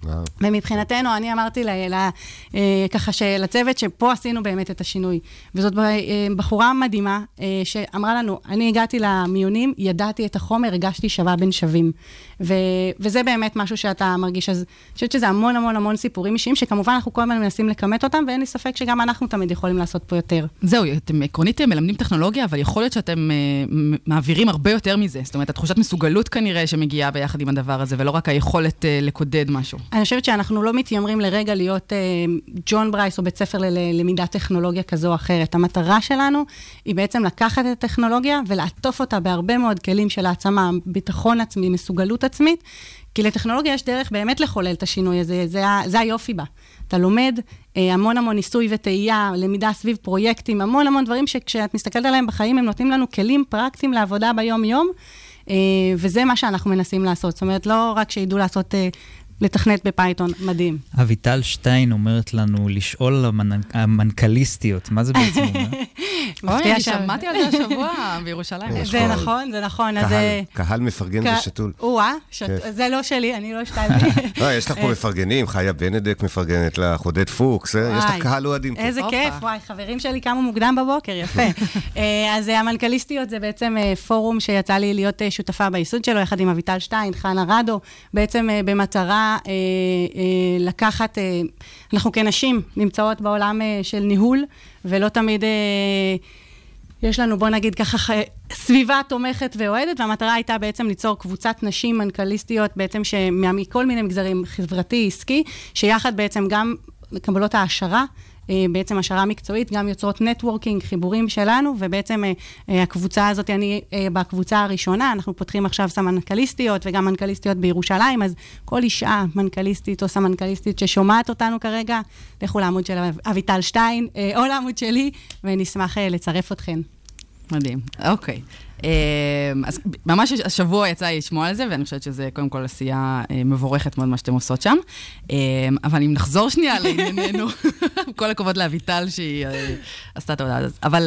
ומבחינתנו, אני אמרתי ככה שלצוות שפה עשינו באמת את השינוי. וזאת בחורה מדהימה שאמרה לנו, אני הגעתי למיונים, ידעתי את החומר, הרגשתי שווה בין שווים. וזה באמת משהו שאתה מרגיש. אז אני חושבת שזה המון המון המון סיפורים אישיים, שכמובן אנחנו כל הזמן מנסים לקמת אותם, ואין לי ספק שגם אנחנו תמיד יכולים לעשות פה יותר. זהו, אתם עקרונית מלמדים טכנולוגיה, אבל יכול להיות שאתם מעבירים הרבה יותר מזה. זאת אומרת, התחושת מסוגלות כנראה שמגיעה ביחד עם הדבר הזה, ולא רק היכולת לקודד משהו. אני חושבת שאנחנו לא מתיימרים לרגע להיות ג'ון ברייס או בית ספר ללמידת טכנולוגיה כזו או אחרת. המטרה שלנו היא בעצם לקחת את הטכנולוגיה ולעטוף אותה בהרבה מאוד כלים של העצמה, ביטחון עצמי, מסוגלות עצמית, כי לטכנולוגיה יש דרך באמת לחולל את השינוי הזה, זה היופי בה. אתה לומד המון המון ניסוי וטעייה, למידה סביב פרויקטים, המון המון דברים שכשאת מסתכלת עליהם בחיים, הם נותנים לנו כלים פרקטיים לעבודה ביום-יום, וזה מה שאנחנו מנסים לעשות. זאת אומרת, לא רק שידעו לעשות לתכנת בפייתון, מדהים. אביטל שטיין אומרת לנו לשאול על המנכליסטיות, מה זה בעצם אומר? אוי, אני שמעתי על זה השבוע בירושלים. זה נכון, זה נכון. קהל מפרגן ושתול. זה לא שלי, אני לא השתלתי. יש לך פה מפרגנים, חיה בנדק מפרגנת לך, עודד פוקס, יש לך קהל אוהדים פה. איזה כיף, וואי, חברים שלי קמו מוקדם בבוקר, יפה. אז המנכליסטיות זה בעצם פורום שיצא לי להיות שותפה בייסוד שלו, יחד עם אביטל שטיין, חנה רדו, בעצם במטרה לקחת, אנחנו כנשים נמצאות בעולם של ניהול, ולא תמיד יש לנו, בוא נגיד ככה, סביבה תומכת ואוהדת, והמטרה הייתה בעצם ליצור קבוצת נשים מנכליסטיות, בעצם שמכל מיני מגזרים חברתי, עסקי, שיחד בעצם גם מקבלות העשרה, בעצם השערה מקצועית, גם יוצרות נטוורקינג, חיבורים שלנו, ובעצם הקבוצה הזאת, אני בקבוצה הראשונה, אנחנו פותחים עכשיו סמנכליסטיות, וגם מנכליסטיות בירושלים, אז כל אישה מנכליסטית או סמנכליסטית ששומעת אותנו כרגע, לכו לעמוד של אביטל שטיין, או לעמוד שלי, ונשמח לצרף אתכן. מדהים, אוקיי. אז ממש השבוע יצא לי לשמוע על זה, ואני חושבת שזה קודם כל עשייה מבורכת מאוד מה שאתם עושות שם. אבל אם נחזור שנייה לענייננו, כל הכבוד לאביטל שהיא עשתה את העבודה הזאת. אבל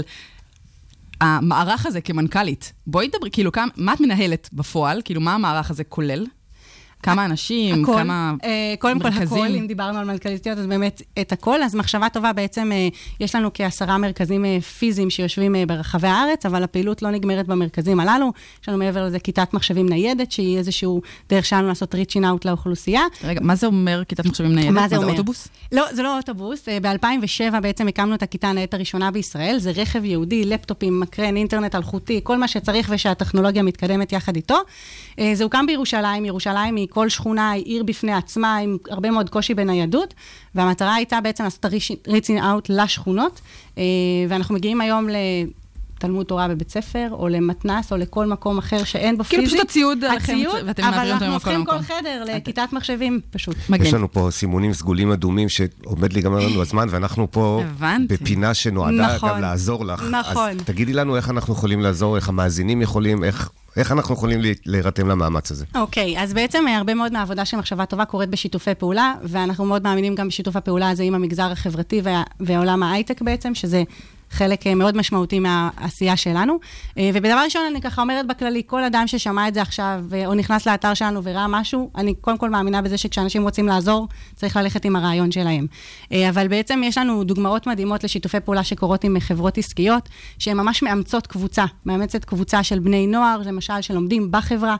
המערך הזה כמנכ"לית, בואי תדברי, כאילו, מה את מנהלת בפועל? כאילו, מה המערך הזה כולל? כמה אנשים, כמה מרכזים? קודם כל הכל, אם דיברנו על מנכ"ליסטיות, אז באמת את הכל. אז מחשבה טובה בעצם, יש לנו כ10 מרכזים פיזיים שיושבים ברחבי הארץ, אבל הפעילות לא נגמרת במרכזים הללו. יש לנו מעבר לזה כיתת מחשבים ניידת, שהיא איזשהו דרך שלנו לעשות reaching out לאוכלוסייה. רגע, מה זה אומר כיתת מחשבים ניידת? מה זה אומר? אוטובוס? לא, זה לא אוטובוס. ב-2007 בעצם הקמנו את הכיתה הניידת הראשונה בישראל. זה רכב יהודי, לפטופים, מקרן, אינטרנט אלחוטי, כל מה שצריך ושהטכנולוגיה מתקדמת יחד איתו. זה הוקם בירושלים. ירושלים היא כל שכונה, היא עיר בפני עצמה, עם הרבה מאוד קושי בניידות, והמטרה הייתה בעצם לעשות reaching out לשכונות, ואנחנו מגיעים היום לתלמוד תורה בבית ספר, או למתנס, או לכל מקום אחר שאין בו פיזי. כאילו פשוט הציוד עליכם, ואתם מעבירים אבל אנחנו אותו הופכים ממקום. כל חדר לכיתת מחשבים, פשוט. יש לנו פה סימונים סגולים אדומים שעומד להיגמר לנו הזמן, ואנחנו פה בפינה שנועדה גם לעזור לך. נכון. אז תגידי לנו איך אנחנו יכולים לעזור, איך המאזינים יכולים, איך אנחנו יכולים להירתם למאמץ הזה? אוקיי, אז בעצם הרבה מאוד מהעבודה של מחשבה טובה קורית בשיתופי פעולה, ואנחנו מאוד מאמינים גם בשיתוף הפעולה הזה עם המגזר החברתי ועולם ההייטק בעצם, שזה חלק מאוד משמעותי מהעשייה שלנו. ובדבר ראשון, אני ככה אומרת בכללי, כל אדם ששמע את זה עכשיו, או נכנס לאתר שלנו וראה משהו, אני קודם כל מאמינה בזה שכשאנשים רוצים לעזור, צריך ללכת עם הרעיון שלהם. אבל בעצם יש לנו דוגמאות מדהימות לשיתופי פעולה שקורות עם חברות עסקיות, שהן ממש מאמצות קבוצה, מאמצת קבוצה של בני נוער, למשל, שלומדים בחברה,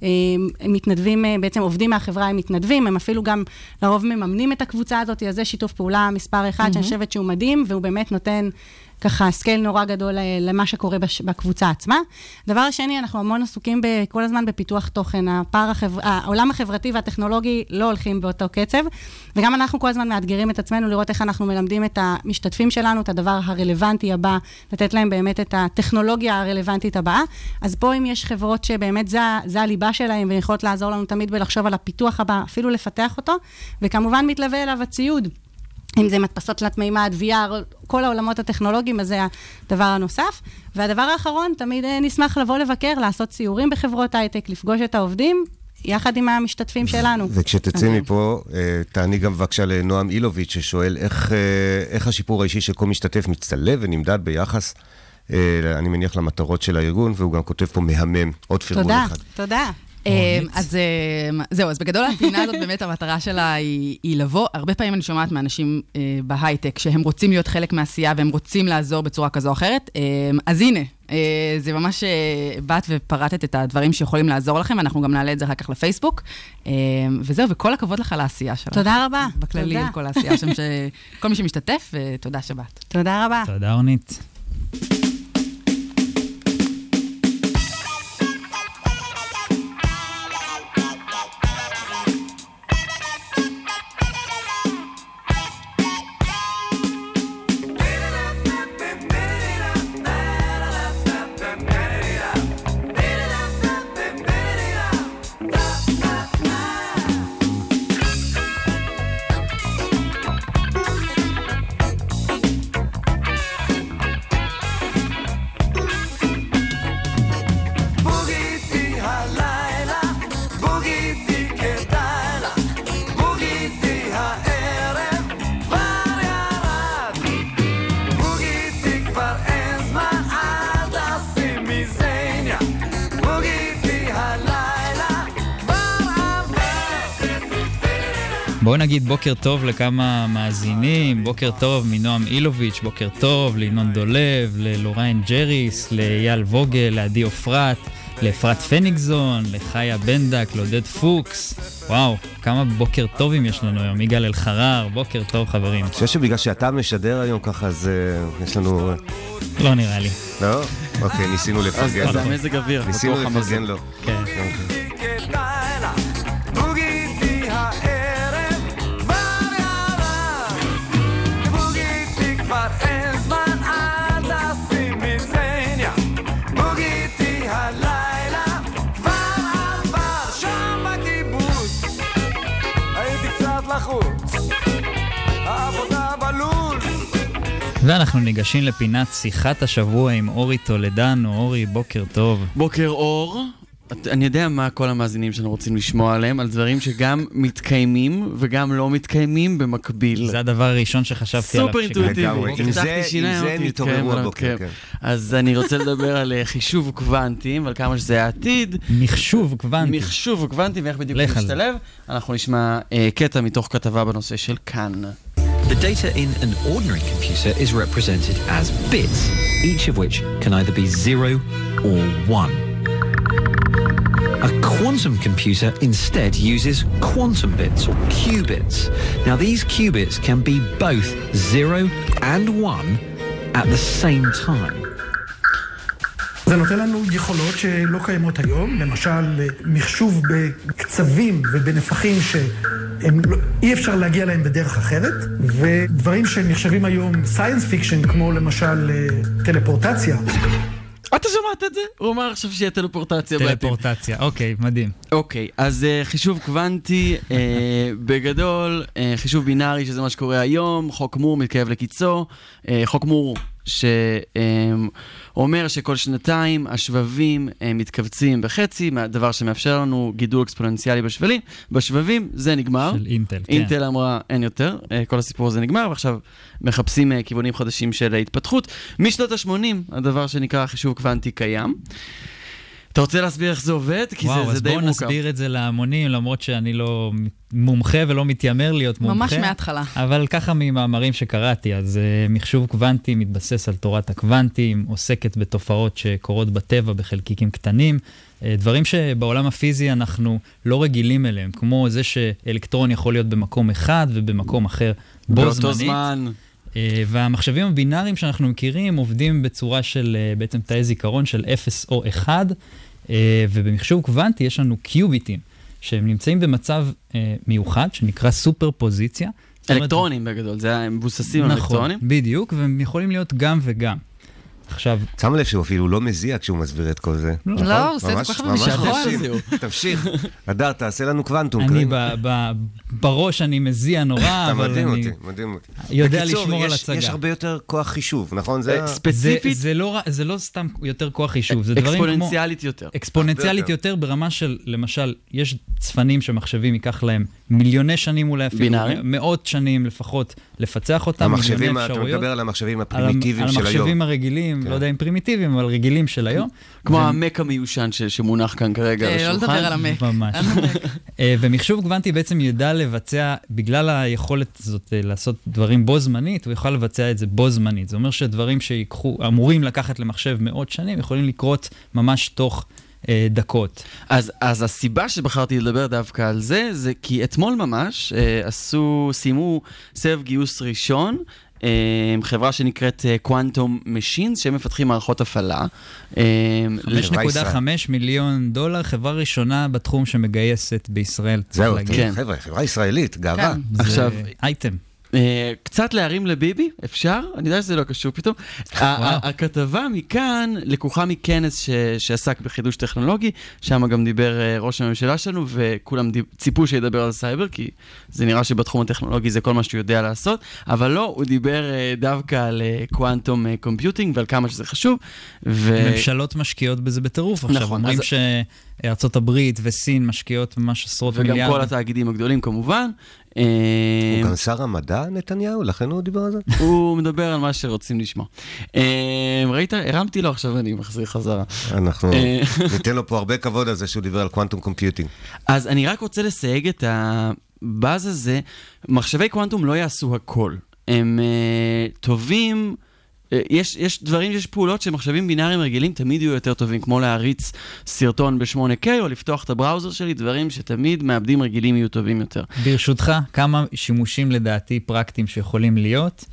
הם מתנדבים, בעצם עובדים מהחברה, הם מתנדבים, הם אפילו גם לרוב מממנים את הקבוצה הזאת, אז זה שיתוף פעולה מספר אחד, שאני חושבת שהוא מדהים, והוא באמת נותן ככה סקייל נורא גדול למה שקורה בקבוצה עצמה. דבר השני, אנחנו המון עסוקים כל הזמן בפיתוח תוכן. העולם החברתי והטכנולוגי לא הולכים באותו קצב, וגם אנחנו כל הזמן מאתגרים את עצמנו לראות איך אנחנו מלמדים את המשתתפים שלנו, את הדבר הרלוונטי הבא, לתת להם באמת את הטכנולוגיה הרלוונטית הבאה. אז פה אם יש חברות שבאמת זה הליבה שלהם, ויכולות לעזור לנו תמיד בלחשוב על הפיתוח הבא, אפילו לפתח אותו, וכמובן מתלווה אליו הציוד. אם זה מדפסות תלת מימד, VR, כל העולמות הטכנולוגיים, אז זה הדבר הנוסף. והדבר האחרון, תמיד נשמח לבוא לבקר, לעשות סיורים בחברות הייטק, לפגוש את העובדים, יחד עם המשתתפים שלנו. וכשתצא מפה, תעני גם בבקשה לנועם אילוביץ' ששואל איך השיפור האישי של כל משתתף מצטלב ונמדד ביחס, אני מניח למטרות של הארגון, והוא גם כותב פה מהמם, עוד פרגון אחד. תודה. אז זהו, אז בגדול הפינה הזאת באמת המטרה שלה היא לבוא. הרבה פעמים אני שומעת מאנשים בהייטק שהם רוצים להיות חלק מהעשייה והם רוצים לעזור בצורה כזו או אחרת. אז הנה, זה ממש באת ופרטת את הדברים שיכולים לעזור לכם, אנחנו גם נעלה את זה אחר כך לפייסבוק. וזהו, וכל הכבוד לך לעשייה שלך. תודה רבה. בכללי, על כל העשייה שם, כל מי שמשתתף, ותודה שבאת. תודה רבה. תודה אורנית. בואו נגיד בוקר טוב לכמה מאזינים, בוקר טוב מנועם אילוביץ', בוקר טוב לינון דולב, ללוריין ג'ריס, לאייל ווגל, לעדי אופרת, לאפרת פניגזון, לחיה בנדק, לעודד פוקס. וואו, כמה בוקר טובים יש לנו היום. יגאל אלחרר, בוקר טוב חברים. אני חושב שבגלל שאתה משדר היום ככה, אז יש לנו... לא נראה לי. לא? אוקיי, ניסינו לפרגן לו. אז המזג אוויר. ניסינו לפרגן לו. כן. ואנחנו ניגשים לפינת שיחת השבוע עם אורי טולדנו. אורי, בוקר טוב. בוקר אור. אני יודע מה כל המאזינים שלנו רוצים לשמוע עליהם, על דברים שגם מתקיימים וגם לא מתקיימים במקביל. זה הדבר הראשון שחשבתי עליו. סופר אינטואיטיבי. עם זה נתעוררו הבוקר. אז אני רוצה לדבר על חישוב קוונטים, ועל כמה שזה העתיד. מחשוב קוונטים. מחשוב קוונטים, ואיך בדיוק זה משתלב. אנחנו נשמע קטע מתוך כתבה בנושא של כאן. The data in an ordinary computer is represented as bits, each of which can either be 0 or 1. A quantum computer instead uses quantum bits or qubits. Now these qubits can be both 0 and 1 at the same time. זה נותן לנו יכולות שלא קיימות היום, למשל מחשוב בקצבים ובנפחים שאי אפשר להגיע להם בדרך אחרת, ודברים שנחשבים היום סייאנס פיקשן, כמו למשל טלפורטציה. אתה שמעת את זה? הוא אמר עכשיו שיהיה טלפורטציה בעתיד. טלפורטציה, אוקיי, מדהים. אוקיי, אז חישוב קוונטי, בגדול, חישוב בינארי, שזה מה שקורה היום, חוק מור מתקרב לקיצו, חוק מור שאומר שכל שנתיים השבבים מתכווצים בחצי, דבר שמאפשר לנו גידול אקספוננציאלי בשבבים, זה נגמר. של אינטל, כן. אינטל אמרה, אין יותר, כל הסיפור הזה נגמר, ועכשיו מחפשים כיוונים חדשים של ההתפתחות. משנות ה-80, הדבר שנקרא חישוב קוונטי קיים. אתה רוצה להסביר איך זה עובד? כי וואו, זה די מורכב. אז בואו נסביר את זה להמונים, למרות שאני לא מומחה ולא מתיימר להיות מומחה. ממש מההתחלה. אבל ככה ממאמרים שקראתי, אז מחשוב קוונטי מתבסס על תורת הקוונטים, עוסקת בתופעות שקורות בטבע בחלקיקים קטנים, דברים שבעולם הפיזי אנחנו לא רגילים אליהם, כמו זה שאלקטרון יכול להיות במקום אחד ובמקום אחר בו זמנית. והמחשבים הבינאריים שאנחנו מכירים עובדים בצורה של בעצם תאי זיכרון של 0 או 1, ובמחשוב קוונטי יש לנו קיוביטים, שהם נמצאים במצב מיוחד, שנקרא סופר פוזיציה. אלקטרונים בגדול, זה מבוססים על אלקטרונים. נכון, בדיוק, והם יכולים להיות גם וגם. עכשיו... שמה לב שהוא אפילו לא מזיע כשהוא מסביר את כל זה. לא, הוא עושה את זה כל כך במשחרר. תמשיך. אדר, תעשה לנו קוונטום. אני בראש אני מזיע נורא, אבל מדהים אני אותי. יודע לשמור על הצגה. יש הרבה יותר כוח חישוב, נכון? ספציפית? זה לא סתם יותר כוח חישוב, זה דברים כמו... אקספוננציאלית יותר. אקספוננציאלית יותר ברמה של, למשל, יש צפנים שמחשבים ייקח להם מיליוני שנים אולי אפילו, מאות שנים לפחות לפצח אותם, מיליוני אפשרויות. אתה מדבר על המחשבים הפרימיטיביים של היום. על המחשבים הרגילים, לא יודע אם פרימיטיביים, אבל רגילים של היום. כמו המק המיושן שמונח כאן כרגע על השולחן. לא לדבר על המק. ממש. ומחשוב קוונטי בעצם ידע לבצע, בגלל היכולת הזאת לעשות דברים בו זמנית, הוא יכול לבצע את זה בו זמנית. זה אומר שדברים שאמורים לקחת למחשב מאות שנים, יכולים לקרות ממש תוך דקות. אז הסיבה שבחרתי לדבר דווקא על זה, זה כי אתמול ממש סיימו סבב גיוס ראשון, חברה שנקראת Quantum Machines, שהם מפתחים מערכות הפעלה. 5.5 מיליון דולר, חברה ראשונה בתחום שמגייסת בישראל. זהו, חברה ישראלית, גאווה. עכשיו, אייטם. קצת להרים לביבי, אפשר? אני יודע שזה לא קשור פתאום. הכתבה מכאן לקוחה מכנס שעסק בחידוש טכנולוגי, שם גם דיבר ראש הממשלה שלנו, וכולם ציפו שידבר על סייבר, כי זה נראה שבתחום הטכנולוגי זה כל מה שהוא יודע לעשות, אבל לא, הוא דיבר דווקא על קוואנטום קומפיוטינג ועל כמה שזה חשוב. ממשלות משקיעות בזה בטירוף. עכשיו אומרים שארצות הברית וסין משקיעות ממש עשרות מיליארד. וגם כל התאגידים הגדולים כמובן. הוא גם שר המדע, נתניהו, לכן הוא דיבר על זה? הוא מדבר על מה שרוצים לשמוע. ראית? הרמתי לו עכשיו, אני מחזיר חזרה. אנחנו ניתן לו פה הרבה כבוד על זה שהוא דיבר על קוואנטום קומפיוטינג. אז אני רק רוצה לסייג את הבאז הזה. מחשבי קוואנטום לא יעשו הכל. הם טובים... יש דברים, יש פעולות שמחשבים בינאריים רגילים תמיד יהיו יותר טובים, כמו להריץ סרטון ב-8K או לפתוח את הבראוזר שלי, דברים שתמיד מעבדים רגילים יהיו טובים יותר. ברשותך, כמה שימושים לדעתי פרקטיים שיכולים להיות,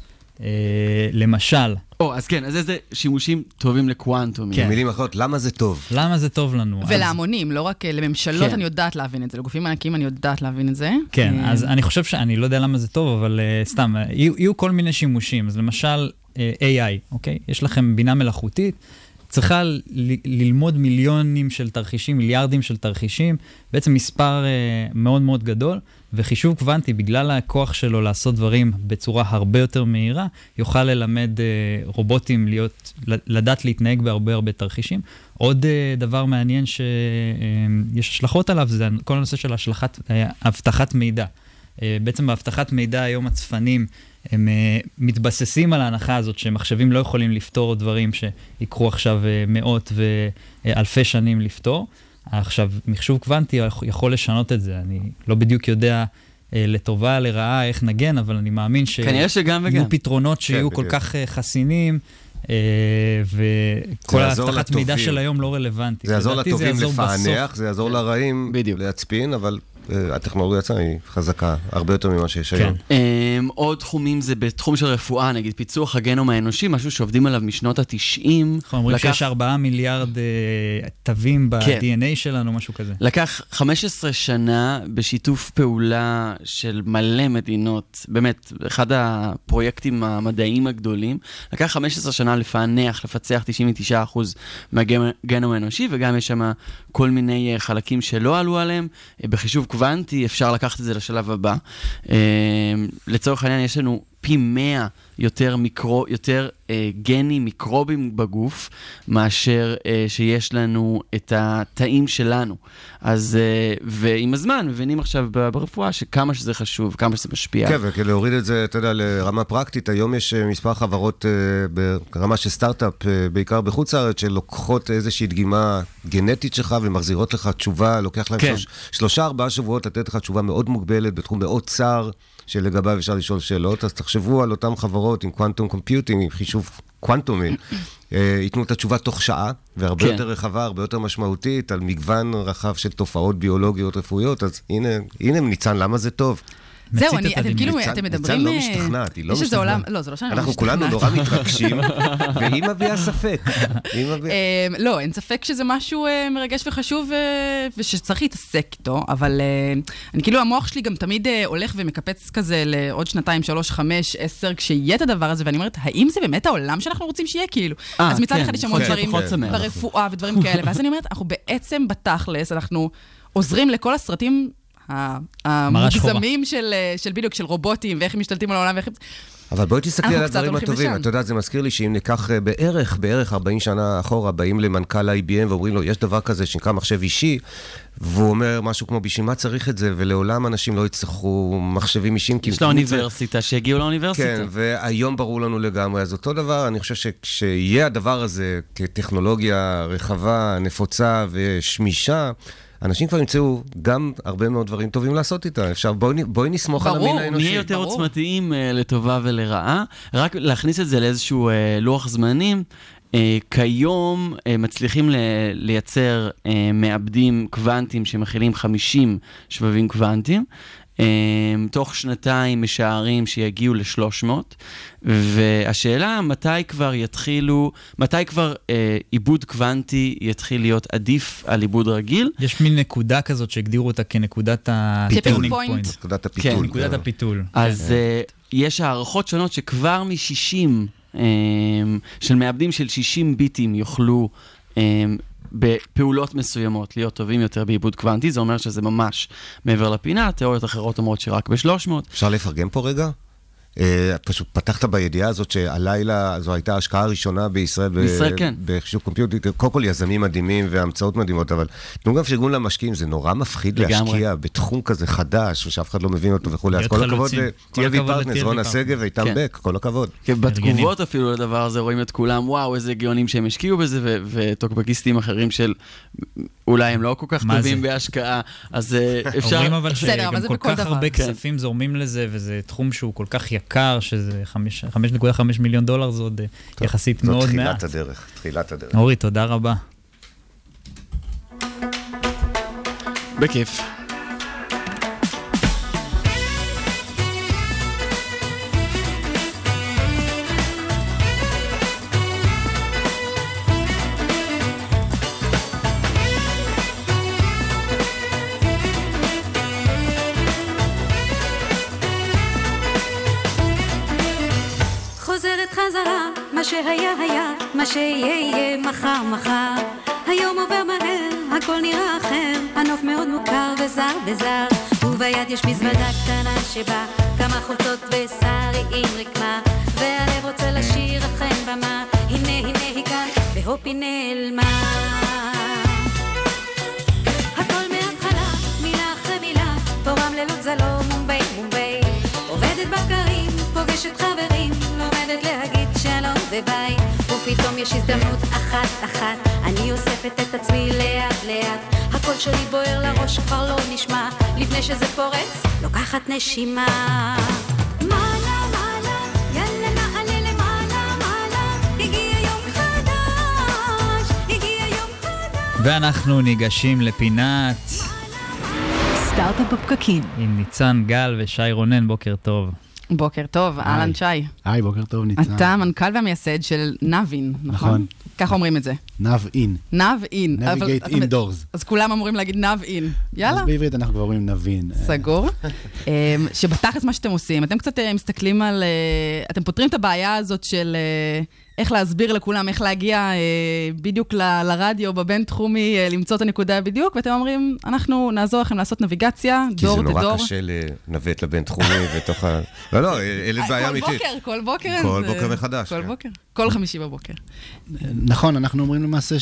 למשל. אז כן, אז איזה שימושים טובים לקוואנטום. במילים אחרות, למה זה טוב? למה זה טוב לנו? ולהמונים, לא רק לממשלות אני יודעת להבין את זה, לגופים ענקיים אני יודעת להבין את זה. כן, אז אני חושב שאני לא יודע למה זה טוב, אבל סתם, יהיו כל מיני שימושים. אז למשל, AI, אוקיי? יש לכם בינה מלאכותית, צריכה ללמוד מיליונים של תרחישים, מיליארדים של תרחישים, בעצם מספר מאוד מאוד גדול, וחישוב קוונטי, בגלל הכוח שלו לעשות דברים בצורה הרבה יותר מהירה, יוכל ללמד רובוטים לדעת להתנהג בהרבה הרבה תרחישים. עוד דבר מעניין שיש השלכות עליו, זה כל הנושא של הבטחת מידע. בעצם בהבטחת מידע היום הצפנים הם מתבססים על ההנחה הזאת שמחשבים לא יכולים לפתור דברים שיקרו עכשיו מאות ואלפי שנים לפתור. עכשיו, מחשוב קוונטי יכול לשנות את זה. אני לא בדיוק יודע לטובה, לרעה, איך נגן, אבל אני מאמין שיהיו פתרונות שיהיו כל כך חסינים, וכל ההבטחת מידע של היום לא רלוונטי. זה יעזור לטובים לפענח, זה יעזור לרעים להצפין, אבל הטכנולוגיה היא חזקה, הרבה יותר ממה שיש היום. עוד תחומים זה בתחום של רפואה, נגיד פיצוח הגנום האנושי, משהו שעובדים עליו משנות ה-90. אומרים שיש 4 מיליארד תווים ב-DNA שלנו, משהו כזה. לקח 15 שנה בשיתוף פעולה של מלא מדינות, באמת, אחד הפרויקטים המדעיים הגדולים, לקח 15 שנה לפענח, לפצח 99% מהגנום האנושי, וגם יש שם כל מיני חלקים שלא עלו עליהם. בחישוב קוונטי אפשר לקחת את זה לשלב הבא. לצורך העניין יש לנו פי 100 יותר גנים, מיקרובים בגוף, מאשר שיש לנו את התאים שלנו. אז, ועם הזמן, מבינים עכשיו ברפואה שכמה שזה חשוב, כמה שזה משפיע. כן, וכדי להוריד את זה, אתה יודע, לרמה פרקטית, היום יש מספר חברות ברמה של סטארט-אפ, בעיקר בחוץ לארץ, שלוקחות איזושהי דגימה גנטית שלך, ומחזירות לך תשובה, לוקח להם 3-4 שבועות, לתת לך תשובה מאוד מוגבלת, בתחום מאוד צר, שלגביו אפשר לשאול שאלות, אז תחשבו על אותם חברות עם קוואנטום קומפיוטינג, עם חישוב קוואנטומי, ייתנו את התשובה תוך שעה, והרבה יותר רחבה, הרבה יותר משמעותית, על מגוון רחב של תופעות ביולוגיות רפואיות, אז הנה ניצן, למה זה טוב? זהו, אתם כאילו, אתם מדברים... ניצן לא משתכנעת, היא לא משתכנעת. לא, זה לא שאני לא משתכנעת. אנחנו כולנו נורא מתרגשים, והיא מביאה ספק. לא, אין ספק שזה משהו מרגש וחשוב, ושצריך להתעסק איתו, אבל אני כאילו, המוח שלי גם תמיד הולך ומקפץ כזה לעוד 2, 3, 5, 10, כשיהיה את הדבר הזה, ואני אומרת, האם זה באמת העולם שאנחנו רוצים שיהיה כאילו? אז מצד אחד יש המון דברים ברפואה ודברים כאלה, ואז אני אומרת, אנחנו בעצם בתכלס, אנחנו עוזרים לכל הסרטים המוגזמים של בדיוק, של רובוטים, ואיך הם משתלטים על העולם, אבל בואי תסתכלי על הדברים הולכים הטובים. לשם. אתה יודע, זה מזכיר לי שאם ניקח בערך 40 שנה אחורה, באים למנכ"ל IBM ואומרים לו, יש דבר כזה שנקרא מחשב אישי, והוא אומר משהו כמו, בשביל מה צריך את זה, ולעולם אנשים לא יצטרכו מחשבים אישיים. יש לאוניברסיטה, שיגיעו לאוניברסיטה. כן, והיום ברור לנו לגמרי. אז אותו דבר, אני חושב שכשיהיה הדבר הזה כטכנולוגיה רחבה, נפוצה ושמישה, אנשים כבר ימצאו גם הרבה מאוד דברים טובים לעשות איתה. אפשר, בואי נסמוך על המין האנושי. ברור, נהיה יותר עוצמתיים לטובה ולרעה. רק להכניס את זה לאיזשהו לוח זמנים. כיום מצליחים לייצר מעבדים קוונטיים שמכילים 50 שבבים קוונטיים. תוך שנתיים משערים שיגיעו ל-300, והשאלה מתי כבר עיבוד קוונטי יתחיל להיות עדיף על עיבוד רגיל. יש מין נקודה כזאת שהגדירו אותה כנקודת הטרנינג פוינט. נקודת הפיתול. נקודת הפיתול. אז יש הערכות שונות שכבר מ-60 של מעבדים של 60 ביטים יוכלו בפעולות מסוימות להיות טובים יותר בעיבוד קוונטי, זה אומר שזה ממש מעבר לפינה, תיאוריות אחרות אומרות שרק ב-300. אפשר לפרגן פה רגע? פשוט פתחת בידיעה הזאת שהלילה זו הייתה ההשקעה הראשונה בישראל כן. בחישוב קומפיוטר, קודם כל יזמים מדהימים והמצאות מדהימות, אבל תנו גם פרגון למשקיעים, זה נורא מפחיד להשקיע בתחום כזה חדש, ושאף אחד לא מבין אותו וכו'. אז כל הכבוד ל-TLV פרטנרס, רונה שגב ואיתם בק, כל הכבוד. בתגובות אפילו לדבר הזה רואים את כולם, וואו, איזה גאונים שהם השקיעו בזה, וטוקבקיסטים אחרים של אולי הם לא כל כך טובים בהשקעה, אז אפשר... אומרים אבל שגם כל כך הרבה כספים זורמים לזה, וזה תחום שהוא כל כך יקר, שזה 5.5 מיליון דולר, זה עוד יחסית מאוד מעט. זאת תחילת הדרך. אורי, תודה רבה. בכיף. מה שהיה היה, מה שיהיה יהיה, מחר מחר. היום עובר מהר, הכל נראה אחר, הנוף מאוד מוכר וזר וזר. וביד יש מזוודה קטנה שבה כמה חולצות ושרי עם רקמה, והלב רוצה לשיר אכן במה, הנה הנה היא כאן, והופ היא נעלמה. הכל מההתחלה, מילה אחרי מילה, פה רמלה זה לא מומבי מומבי. עובדת בקרים, פוגשת חברים, לומדת להגיד שלום וביי, ופתאום יש הזדמנות אחת, אני אוספת את עצמי לאט לאט, הקול שלי בוער לראש כבר לא נשמע, לפני שזה פורץ, לוקחת נשימה. מעלה, מעלה, יאללה נעלה למעלה, מעלה, הגיע יום חדש, הגיע יום חדש. ואנחנו ניגשים לפינת סטארט-אפ בפקקים עם ניצן גל ושי רונן, בוקר טוב. בוקר טוב, אהלן שי. היי, בוקר טוב ניצן. אתה המנכ"ל והמייסד של נאבין, נכון? ככה אומרים את זה. נאב-אין. נאב-אין. Navigate Indoors. אז כולם אמורים להגיד נאב-אין. יאללה. אז בעברית אנחנו כבר אומרים נבין. סגור. שבתכלס מה שאתם עושים, אתם קצת מסתכלים על... אתם פותרים את הבעיה הזאת של איך להסביר לכולם, איך להגיע בדיוק לרדיו, בבין-תחומי, למצוא את הנקודה בדיוק, ואתם אומרים, אנחנו נעזור לכם לעשות נביגציה, דור לדור. כי זה נורא קשה לנווט לבין-תחומי בתוך ה... לא, אלה בעיה אמיתית. כל בוקר. כל בוקר מחדש. כל בוקר. כל חמישי בבוקר. נכון, אנחנו אומרים למעשה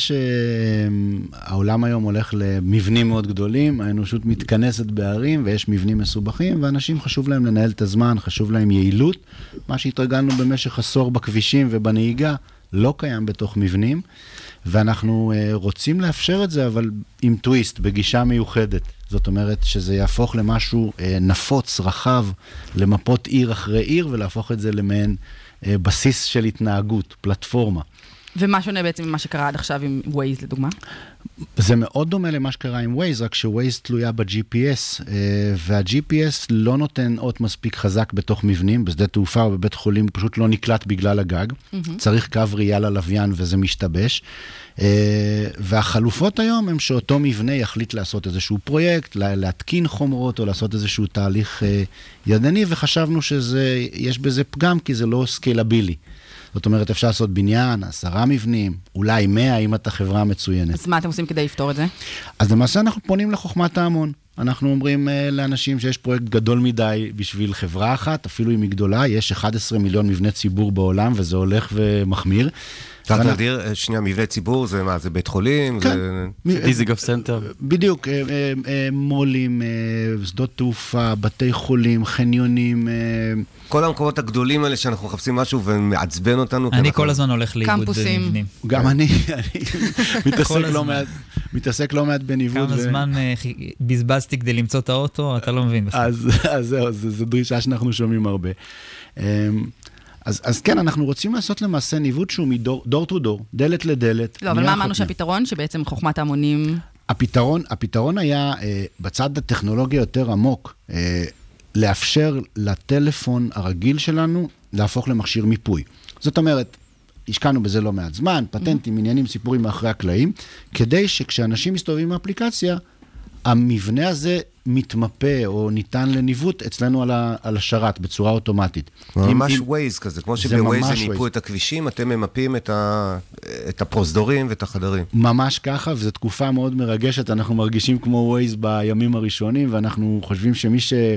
שהעולם היום הולך למבנים מאוד גדולים, האנושות מתכנסת בערים ויש מבנים מסובכים, ואנשים חשוב להם לנהל את הזמן, חשוב להם יעילות. מה שהתרגלנו במשך עשור בכבישים ובנהיגה לא קיים בתוך מבנים, ואנחנו רוצים לאפשר את זה, אבל עם טוויסט, בגישה מיוחדת. זאת אומרת שזה יהפוך למשהו נפוץ, רחב, למפות עיר אחרי עיר, ולהפוך את זה למעין בסיס של התנהגות, פלטפורמה. ומה שונה בעצם ממה שקרה עד עכשיו עם Waze, לדוגמה? זה מאוד דומה למה שקרה עם Waze, רק ש-Waze תלויה ב-GPS, וה-GPS לא נותן אות מספיק חזק בתוך מבנים, בשדה תעופה או בבית חולים פשוט לא נקלט בגלל הגג, צריך קו ראייה ללוויין וזה משתבש, והחלופות היום הם שאותו מבנה יחליט לעשות איזשהו פרויקט, להתקין חומרות או לעשות איזשהו תהליך ידני, וחשבנו שיש בזה פגם כי זה לא סקיילבילי. זאת אומרת, אפשר לעשות בניין, 10 מבנים, אולי 100 אם אתה חברה מצוינת. אז מה אתם עושים כדי לפתור את זה? אז למעשה אנחנו פונים לחוכמת ההמון. אנחנו אומרים לאנשים שיש פרויקט גדול מדי בשביל חברה אחת, אפילו אם היא גדולה, יש 11 מיליון מבני ציבור בעולם, וזה הולך ומחמיר. צריך להגדיר, שנייה, מבני ציבור, זה מה? זה בית חולים? כן. דיזיגוף סנטר. בדיוק, מולים, שדות תעופה, בתי חולים, חניונים. כל המקומות הגדולים האלה שאנחנו מחפשים משהו ומעצבן אותנו. אני כל הזמן הולך לאיבוד במבנים. גם אני מתעסק לא מעט בניווט. כמה זמן בזבזתי כדי למצוא את האוטו, אתה לא מבין. אז זהו, זו דרישה שאנחנו שומעים הרבה. אז כן, אנחנו רוצים לעשות למעשה ניווט שהוא מדור טו דור, דלת לדלת. לא, אבל מה אמרנו שהפתרון, שבעצם חוכמת ההמונים... הפתרון היה, בצד הטכנולוגיה יותר עמוק, לאפשר לטלפון הרגיל שלנו להפוך למכשיר מיפוי. זאת אומרת, השקענו בזה לא מעט זמן, פטנטים, עניינים, סיפורים מאחרי הקלעים, כדי שכשאנשים מסתובבים באפליקציה, המבנה הזה מתמפה או ניתן לניווט אצלנו על השרת בצורה אוטומטית. ממש ווייז כזה, כמו שבווייז הם ניפו את הכבישים, אתם ממפים את הפרוזדורים ואת החדרים. ממש ככה, וזו תקופה מאוד מרגשת, אנחנו מרגישים כמו ווייז בימים הראשונים, ואנחנו חושבים שמי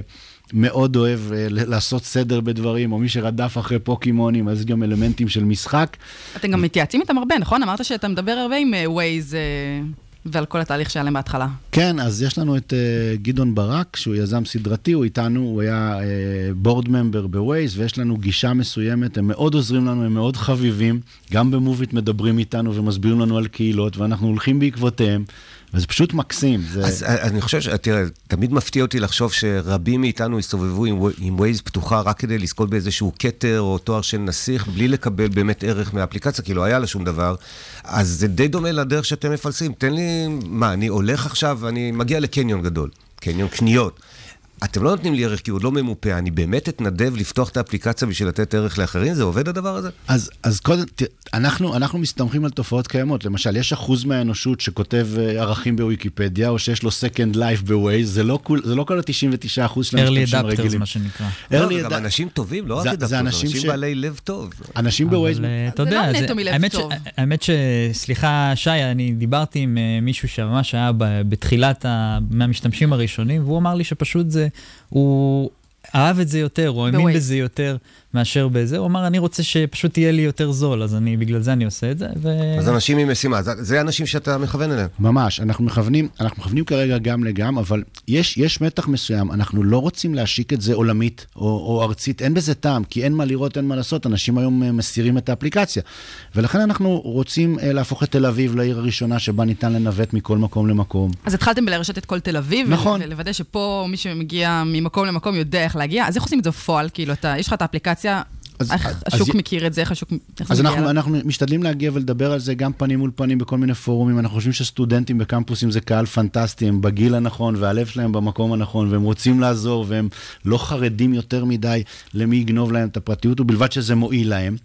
שמאוד אוהב לעשות סדר בדברים, או מי שרדף אחרי פוקימונים, אז גם אלמנטים של משחק. אתם גם מתייעצים איתם הרבה, נכון? אמרת שאתה מדבר הרבה עם ווייז... ועל כל התהליך שהיה להם בהתחלה. כן, אז יש לנו את גדעון ברק, שהוא יזם סדרתי, הוא איתנו, הוא היה בורד ממבר בווייז, ויש לנו גישה מסוימת, הם מאוד עוזרים לנו, הם מאוד חביבים, גם במוביט מדברים איתנו ומסבירים לנו על קהילות, ואנחנו הולכים בעקבותיהם, וזה פשוט מקסים. אז אני חושב, תראה, תמיד מפתיע אותי לחשוב שרבים מאיתנו הסתובבו עם ווייז פתוחה רק כדי לזכות באיזשהו קטר או תואר של נסיך, בלי לקבל באמת ערך מהאפליקציה, כי לא היה לה שום דבר. אז זה די דומה לדרך שאתם מפלסים. תן לי, מה, אני הולך עכשיו, אני מגיע לקניון גדול, קניון קניות. אתם לא נותנים לי ערך כי הוא לא ממופה, אני באמת אתנדב לפתוח את האפליקציה בשביל לתת ערך לאחרים, זה עובד הדבר הזה? אז קודם, אנחנו מסתמכים על תופעות קיימות, למשל, יש אחוז מהאנושות שכותב ערכים בוויקיפדיה, או שיש לו second life בווייז, זה לא כל ה-99% של המשתמשים הרגילים. early adapters, מה שנקרא. לא, זה גם אנשים טובים, לא רק adapters, אנשים בעלי לב טוב. אנשים בווייז... אתה יודע, האמת שסליחה, שי, אני דיברתי עם מישהו שממש היה בתחילת מהמשתמשים הראשונים, והוא אמר לי שפשוט זה הוא אהב את זה יותר, הוא האמין בזה יותר מאשר בזה. הוא אמר, אני רוצה שפשוט תהיה לי יותר זול, אז בגלל זה אני עושה את זה. אז אנשים עם משימה, זה אנשים שאתה מכוון אליהם. ממש, אנחנו מכוונים כרגע גם לגם, אבל יש מתח מסוים, אנחנו לא רוצים להשיק את זה עולמית או ארצית, אין בזה טעם, כי אין מה לראות, אין מה לעשות, אנשים היום מסירים את האפליקציה. ולכן אנחנו רוצים להפוך את תל אביב לעיר הראשונה שבה ניתן לנווט מכל מקום למקום. אז התחלתם בלרשת את כל תל אביב, נכון. ולוודא שפה מי שמגיע ממקום למקום יודע איך להגיע. אז איך עושים את זה בפועל? כאילו, יש לך את האפליקציה, השוק מכיר את זה, איך השוק... אז אנחנו משתדלים להגיע ולדבר על זה גם פנים מול פנים בכל מיני פורומים. אנחנו חושבים שסטודנטים בקמפוסים זה קהל פנטסטי, הם בגיל הנכון והלב שלהם במקום הנכון, והם רוצים לעזור, והם לא חרדים יותר מדי למי יגנוב להם את הפרטיות, ובלבד שזה מועיל להם.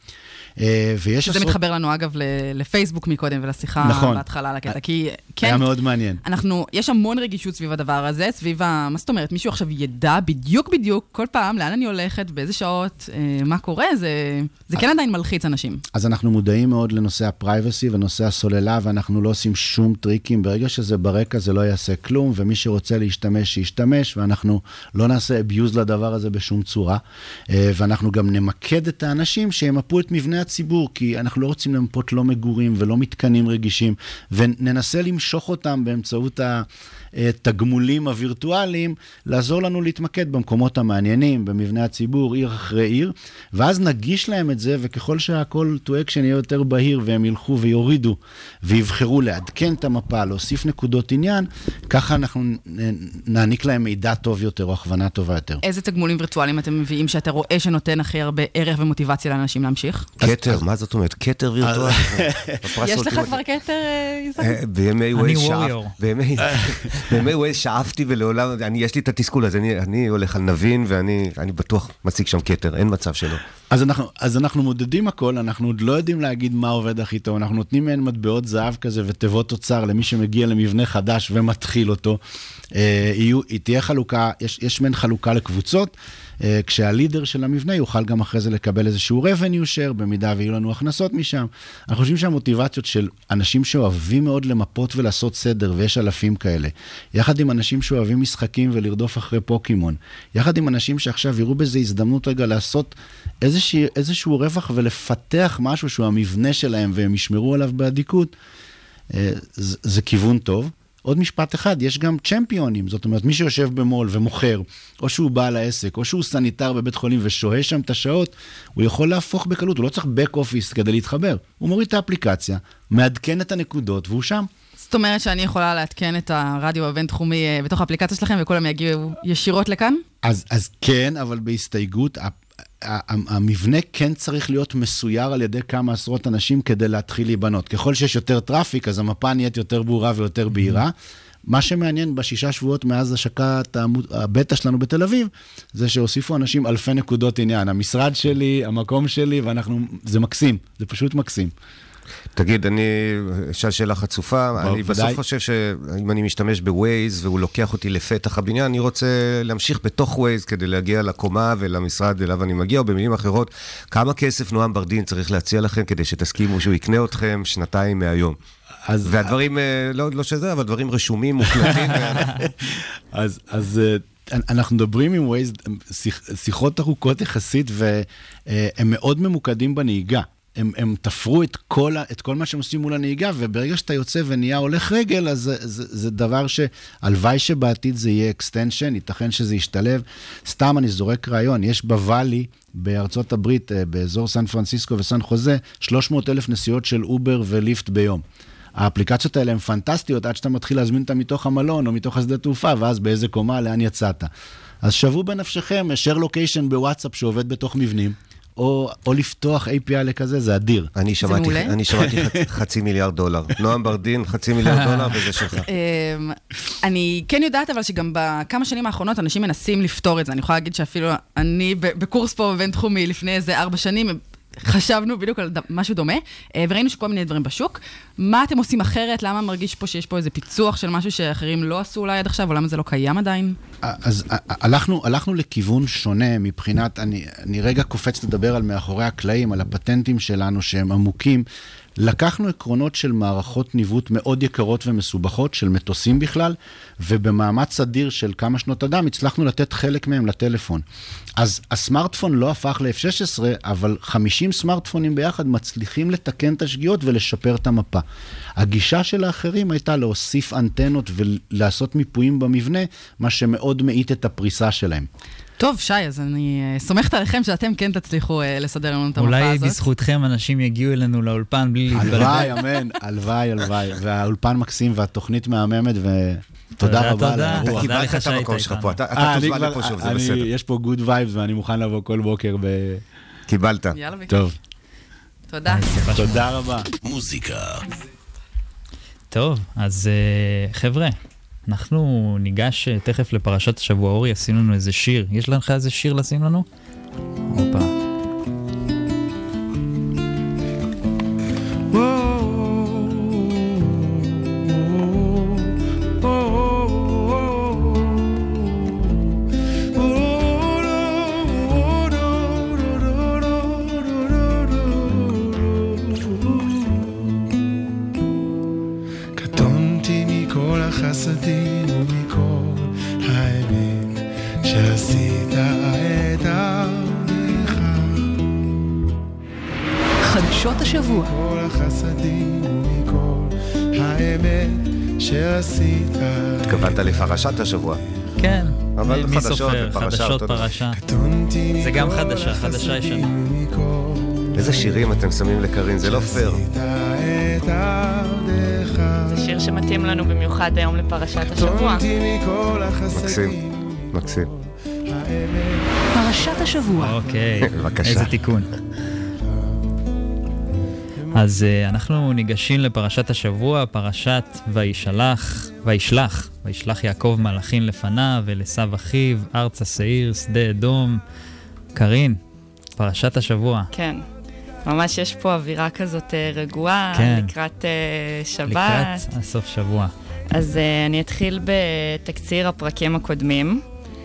שזה מתחבר לנו אגב לפייסבוק מקודם ולשיחה בהתחלה על הקטע, כי כן, היה מאוד מעניין. יש המון רגישות סביב הדבר הזה, סביב מה זאת אומרת, מישהו עכשיו ידע בדיוק כל פעם לאן אני הולכת, באיזה שעות, מה קורה, זה כן עדיין מלחיץ אנשים. אז אנחנו מודעים מאוד לנושא הפרייבסי ונושא הסוללה, ואנחנו לא עושים שום טריקים, ברגע שזה ברקע זה לא יעשה כלום, ומי שרוצה להשתמש, שישתמש, ואנחנו לא נעשה אביוז לדבר הזה בשום צורה, ואנחנו גם נמקד את האנשים שימפו את מבנה הציבור, כי אנחנו לא רוצים למפות לא מגורים ולא מתקנים רגישים, וננסה למשוך אותם באמצעות התגמולים הווירטואליים, לעזור לנו להתמקד במקומות המעניינים, במבנה הציבור, עיר אחרי עיר, ואז נגיש להם את זה, וככל שהכל to action יהיה יותר בהיר, והם ילכו ויורידו, ויבחרו לעדכן את המפה, להוסיף נקודות עניין, ככה אנחנו נעניק להם מידע טוב יותר, או הכוונה טובה יותר. איזה תגמולים וירטואליים אתם מביאים שאתה רואה שנותן הכי הרבה ערך ומוטיבציה לאנשים להמשיך? קטר, מה זאת אומרת? קטר וירטואלי. יש לך כבר קטר? בימי ווייז שאפתי ולעולם, יש לי את התסכול הזה, אני הולך על נבין ואני בטוח מציג שם קטר, אין מצב שלא. אז אנחנו מודדים הכל, אנחנו עוד לא יודעים להגיד מה עובד הכי טוב, אנחנו נותנים מהן מטבעות זהב כזה ותיבות תוצר למי שמגיע למבנה חדש ומתחיל אותו. תהיה חלוקה, יש מהן חלוקה לקבוצות, כשהלידר של המבנה יוכל גם אחרי זה לקבל איזשהו revenue share, במידה ויהיו לנו הכנסות משם. אנחנו חושבים שהמוטיבציות של אנשים שאוהבים מאוד למפות ולעשות סדר, ויש אלפים כאלה, יחד עם אנשים שאוהבים משחקים ולרדוף אחרי פוקימון, יחד עם אנשים שעכשיו יראו בזה הזדמנות רגע לעשות איזשהו רווח ולפתח משהו שהוא המבנה שלהם והם ישמרו עליו בעדיקות, זה כיוון טוב. עוד משפט אחד, יש גם צ'מפיונים, זאת אומרת, מי שיושב במול ומוכר, או שהוא בעל העסק, או שהוא סניטר בבית חולים ושוהה שם את השעות, הוא יכול להפוך בקלות, הוא לא צריך back office כדי להתחבר. הוא מוריד את האפליקציה, מעדכן את הנקודות, והוא שם. זאת אומרת שאני יכולה לעדכן את הרדיו הבינתחומי בתוך האפליקציה שלכם, וכולם יגיעו ישירות לכאן? אז כן, אבל בהסתייגות, המבנה כן צריך להיות מסויר על ידי כמה עשרות אנשים כדי להתחיל להיבנות. ככל שיש יותר טראפיק, אז המפה נהיית יותר ברורה ויותר בהירה. מה שמעניין ב6 שבועות מאז השקת הבטא שלנו בתל אביב, זה שהוסיפו אנשים אלפי נקודות עניין. המשרד שלי, המקום שלי, זה מקסים, זה פשוט מקסים. תגיד, אני אשאל שאלה חצופה, אני בסוף חושב שאם אני משתמש בווייז והוא לוקח אותי לפתח הבניין, אני רוצה להמשיך בתוך ווייז כדי להגיע לקומה ולמשרד אליו אני מגיע, או במילים אחרות, כמה כסף נועם ברדין צריך להציע לכם כדי שתסכימו שהוא יקנה אתכם 2 מהיום? והדברים, לא שזה, אבל דברים רשומים, מוקלטים. אז אנחנו מדברים עם ווייז, שיחות ארוכות יחסית, והם מאוד ממוקדים בנהיגה. הם תפרו את כל מה שהם עושים מול הנהיגה, וברגע שאתה יוצא ונהיה הולך רגל, אז זה דבר שהלוואי שבעתיד זה יהיה extension, ייתכן שזה ישתלב. סתם אני זורק רעיון, יש בוואלי, בארצות הברית, באזור סן פרנסיסקו וסן חוזה, 300,000 נסיעות של אובר וליפט ביום. האפליקציות האלה הן פנטסטיות, עד שאתה מתחיל להזמין אותם מתוך המלון, או מתוך השדה תעופה, ואז באיזה קומה, לאן יצאת. אז שוו בנפשכם, share location בוואטסאפ שעובד בתוך מבנים, או לפתוח API לכזה, זה אדיר. אני שמעתי $500 מיליארד. נועם ברדין, $500 מיליארד, וזה שלך. אני כן יודעת, אבל שגם בכמה שנים האחרונות, אנשים מנסים לפתור את זה. אני יכולה להגיד שאפילו אני בקורס פה בבינתחומי לפני איזה 4 שנים, חשבנו בדיוק על משהו דומה, וראינו שכל מיני דברים בשוק. מה אתם עושים אחרת? למה מרגיש פה שיש פה איזה פיצוח של משהו שאחרים לא עשו אולי עד עכשיו, או למה זה לא קיים עדיין? אז הלכנו לכיוון שונה מבחינת, אני רגע קופץ לדבר על מאחורי הקלעים, על הפטנטים שלנו שהם עמוקים. לקחנו עקרונות של מערכות ניווט מאוד יקרות ומסובכות, של מטוסים בכלל, ובמאמץ אדיר של כמה שנות אדם, הצלחנו לתת חלק מהם לטלפון. אז הסמארטפון לא הפך ל-F16, אבל 50 סמארטפונים ביחד מצליחים לתקן את השגיאות ולשפר את המפה. הגישה של האחרים הייתה להוסיף אנטנות ולעשות מיפויים במבנה, מה שמאוד מאית את הפריסה שלהם. טוב, שי, אז אני סומכת עליכם שאתם כן תצליחו לסדר לנו את המפה הזאת. אולי בזכותכם אנשים יגיעו אלינו לאולפן בלי להתבלבל. הלוואי, אמן, הלוואי. והאולפן מקסים והתוכנית מהממת, ותודה רבה על האירוע. אתה קיבלת את המקום שלך פה, אתה תוזמן לפה שוב, זה בסדר. יש פה good vibes ואני מוכן לבוא כל בוקר קיבלת. יאללה בכיף. טוב. תודה. תודה רבה. מוזיקה. טוב, אז חבר'ה, אנחנו ניגש תכף לפרשת השבוע. אורי, עשינו לנו איזה שיר. יש לך איזה שיר לשים לנו? אופה. קטונתי מכל החסדים ומכל האמת שעשית את עבדך. חדשות השבוע. מכל החסדים ומכל האמת שעשית. התכוונת לפרשת השבוע. כן. אבל מי חדשות סופר? ופרשה, חדשות אותו פרשה. זה גם חדשה ישנה. איזה שירים אתם שמים לקרין, זה לא פייר. זה שיר שמתאים לנו במיוחד היום לפרשת השבוע. מקסים. פרשת השבוע. אוקיי, בבקשה. איזה תיקון. אז אנחנו ניגשים לפרשת השבוע, פרשת וישלח יעקב מלאכים לפניו ולסב אחיו, ארץ השעיר, שדה אדום. קרין, פרשת השבוע. כן. ממש יש פה אווירה כזאת רגועה, כן. לקראת שבת. לקראת הסוף שבוע. אז אני אתחיל בתקציר הפרקים הקודמים.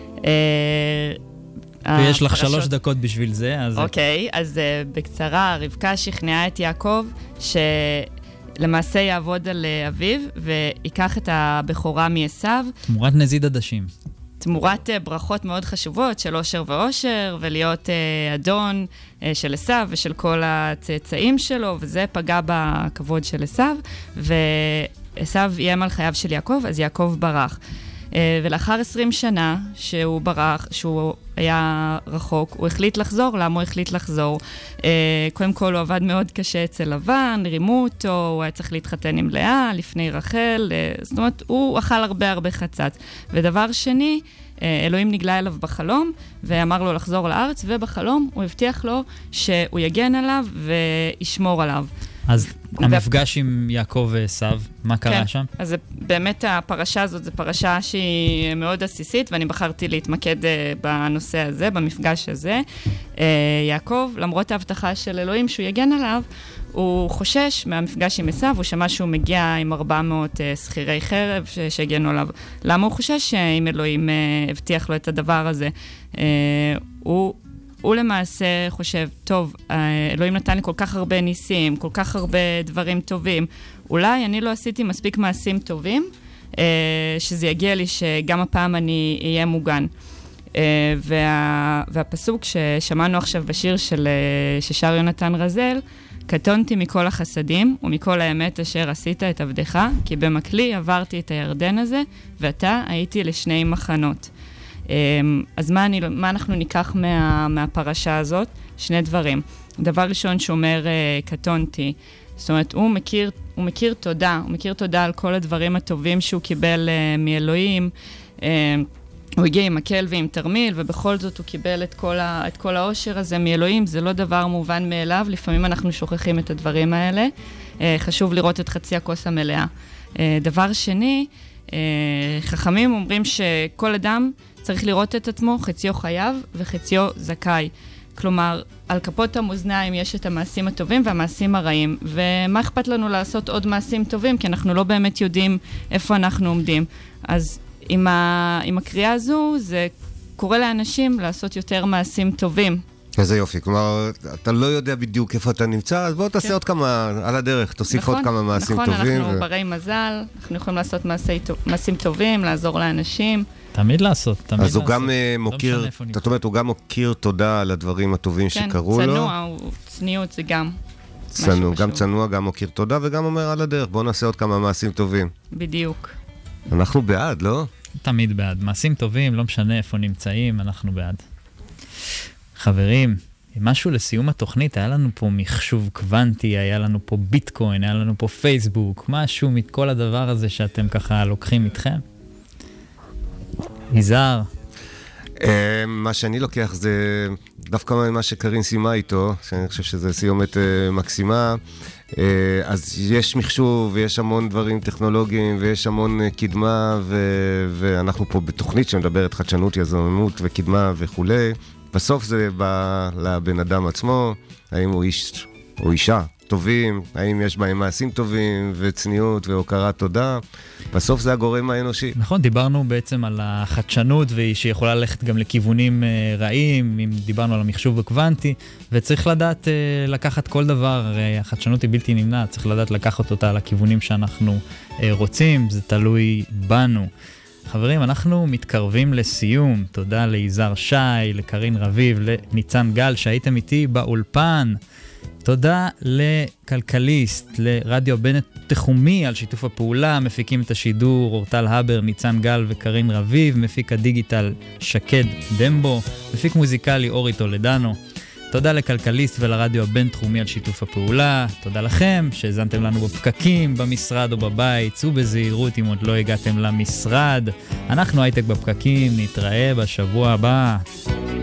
ויש לך 3 דקות בשביל זה, אז... אוקיי, אז בקצרה, רבקה שכנעה את יעקב שלמעשה יעבוד על אביו, ויקח את הבכורה מעשיו. תמורת נזיד עדשים. תמורת ברכות מאוד חשובות של אושר ואושר, ולהיות אדון של עשיו ושל כל הצאצאים שלו, וזה פגע בכבוד של עשיו, ועשיו איים על חייו של יעקב, אז יעקב ברח. ולאחר 20 שנה שהוא ברח, שהוא היה רחוק, הוא החליט לחזור. למה הוא החליט לחזור? קודם כל הוא עבד מאוד קשה אצל לבן, רימו אותו, הוא היה צריך להתחתן עם לאה, לפני רחל, זאת אומרת, הוא אכל הרבה חצץ. ודבר שני, אלוהים נגלה אליו בחלום, ואמר לו לחזור לארץ, ובחלום הוא הבטיח לו שהוא יגן עליו וישמור עליו. אז המפגש עם יעקב ועשיו, מה קרה שם? אז באמת הפרשה הזאת זו פרשה שהיא מאוד עסיסית, ואני בחרתי להתמקד בנושא הזה, במפגש הזה. יעקב, למרות ההבטחה של אלוהים שהוא יגן עליו, הוא חושש מהמפגש עם עשיו, הוא שמע שהוא מגיע עם 400 שכירי חרב שהגנו עליו. למה הוא חושש אם אלוהים הבטיח לו את הדבר הזה? הוא למעשה חושב, טוב, אלוהים נתן לי כל כך הרבה ניסים, כל כך הרבה דברים טובים, אולי אני לא עשיתי מספיק מעשים טובים, שזה יגיע לי שגם הפעם אני אהיה מוגן. והפסוק ששמענו עכשיו בשיר ששר יונתן רזל, קטונתי מכל החסדים ומכל האמת אשר עשית את עבדך, כי במקלי עברתי את הירדן הזה, ואתה הייתי לשני מחנות. אז מה אנחנו ניקח מהפרשה הזאת? 2 דברים. דבר ראשון שאומר קטונתי, זאת אומרת, הוא מכיר תודה, הוא מכיר תודה על כל הדברים הטובים שהוא קיבל מאלוהים. הוא הגיע עם מקל ועם תרמיל, ובכל זאת הוא קיבל את כל העושר הזה מאלוהים. זה לא דבר מובן מאליו, לפעמים אנחנו שוכחים את הדברים האלה. חשוב לראות את חצי הכוס המלאה. דבר שני, חכמים אומרים שכל אדם צריך לראות את עצמו, חציו חייב וחציו זכאי. כלומר, על כפות המאזניים יש את המעשים הטובים והמעשים הרעים, ומה אכפת לנו לעשות עוד מעשים טובים, כי אנחנו לא באמת יודעים איפה אנחנו עומדים. אז עם הקריאה הזו, זה קורא לאנשים לעשות יותר מעשים טובים. איזה יופי, כלומר, אתה לא יודע בדיוק איפה אתה נמצא, אז בוא תעשה עוד כמה, על הדרך, תוסיף עוד כמה מעשים טובים. נכון, אנחנו ברי מזל, אנחנו יכולים לעשות מעשים טובים, לעזור לאנשים. תמיד לעשות, תמיד לעשות. אז הוא גם מוקיר, זאת אומרת, הוא גם מוקיר תודה על הדברים הטובים שקרו לו. כן, צנוע, צניעות זה גם. גם צנוע, גם מוקיר תודה, וגם אומר על הדרך, בוא נעשה עוד כמה מעשים טובים. בדיוק. אנחנו בעד, לא? תמיד בעד. מעשים טובים, לא משנה איפה נמצאים, אנחנו בעד. חברים, משהו לסיום התוכנית, היה לנו פה מחשוב קוונטי, היה לנו פה ביטקוין, היה לנו פה פייסבוק, משהו מכל הדבר הזה שאתם ככה לוקחים איתכם? יזהר. מה שאני לוקח זה דווקא מה שקרין סיימה איתו, שאני חושב שזה סיומת מקסימה. אז יש מחשוב ויש המון דברים טכנולוגיים ויש המון קדמה, ואנחנו פה בתוכנית שמדברת חדשנות, יזמות וקדמה וכו'. בסוף זה בא לבן אדם עצמו, האם הוא איש או אישה טובים, האם יש בהם מעשים טובים וצניעות והוקרת תודה. בסוף זה הגורם האנושי. נכון, דיברנו בעצם על החדשנות, שיכולה ללכת גם לכיוונים רעים, אם דיברנו על המחשוב הקוונטי, וצריך לדעת לקחת כל דבר, הרי החדשנות היא בלתי נמנעת, צריך לדעת לקחת אותה לכיוונים שאנחנו רוצים, זה תלוי בנו. חברים, אנחנו מתקרבים לסיום. תודה ליזהר שי, לקרין רביב, לניצן גל שהייתם איתי באולפן. תודה לכלכליסט, לרדיו בינתחומי על שיתוף הפעולה, מפיקים את השידור אורטל הבר, ניצן גל וקרין רביב, מפיק הדיגיטל שקד דמבו, מפיק מוזיקלי אורי טולדנו. תודה לכלכליסט ולרדיו הבינתחומי על שיתוף הפעולה. תודה לכם שהזנתם לנו בפקקים, במשרד או בבית. צאו בזהירות אם עוד לא הגעתם למשרד. אנחנו הייטק בפקקים, נתראה בשבוע הבא.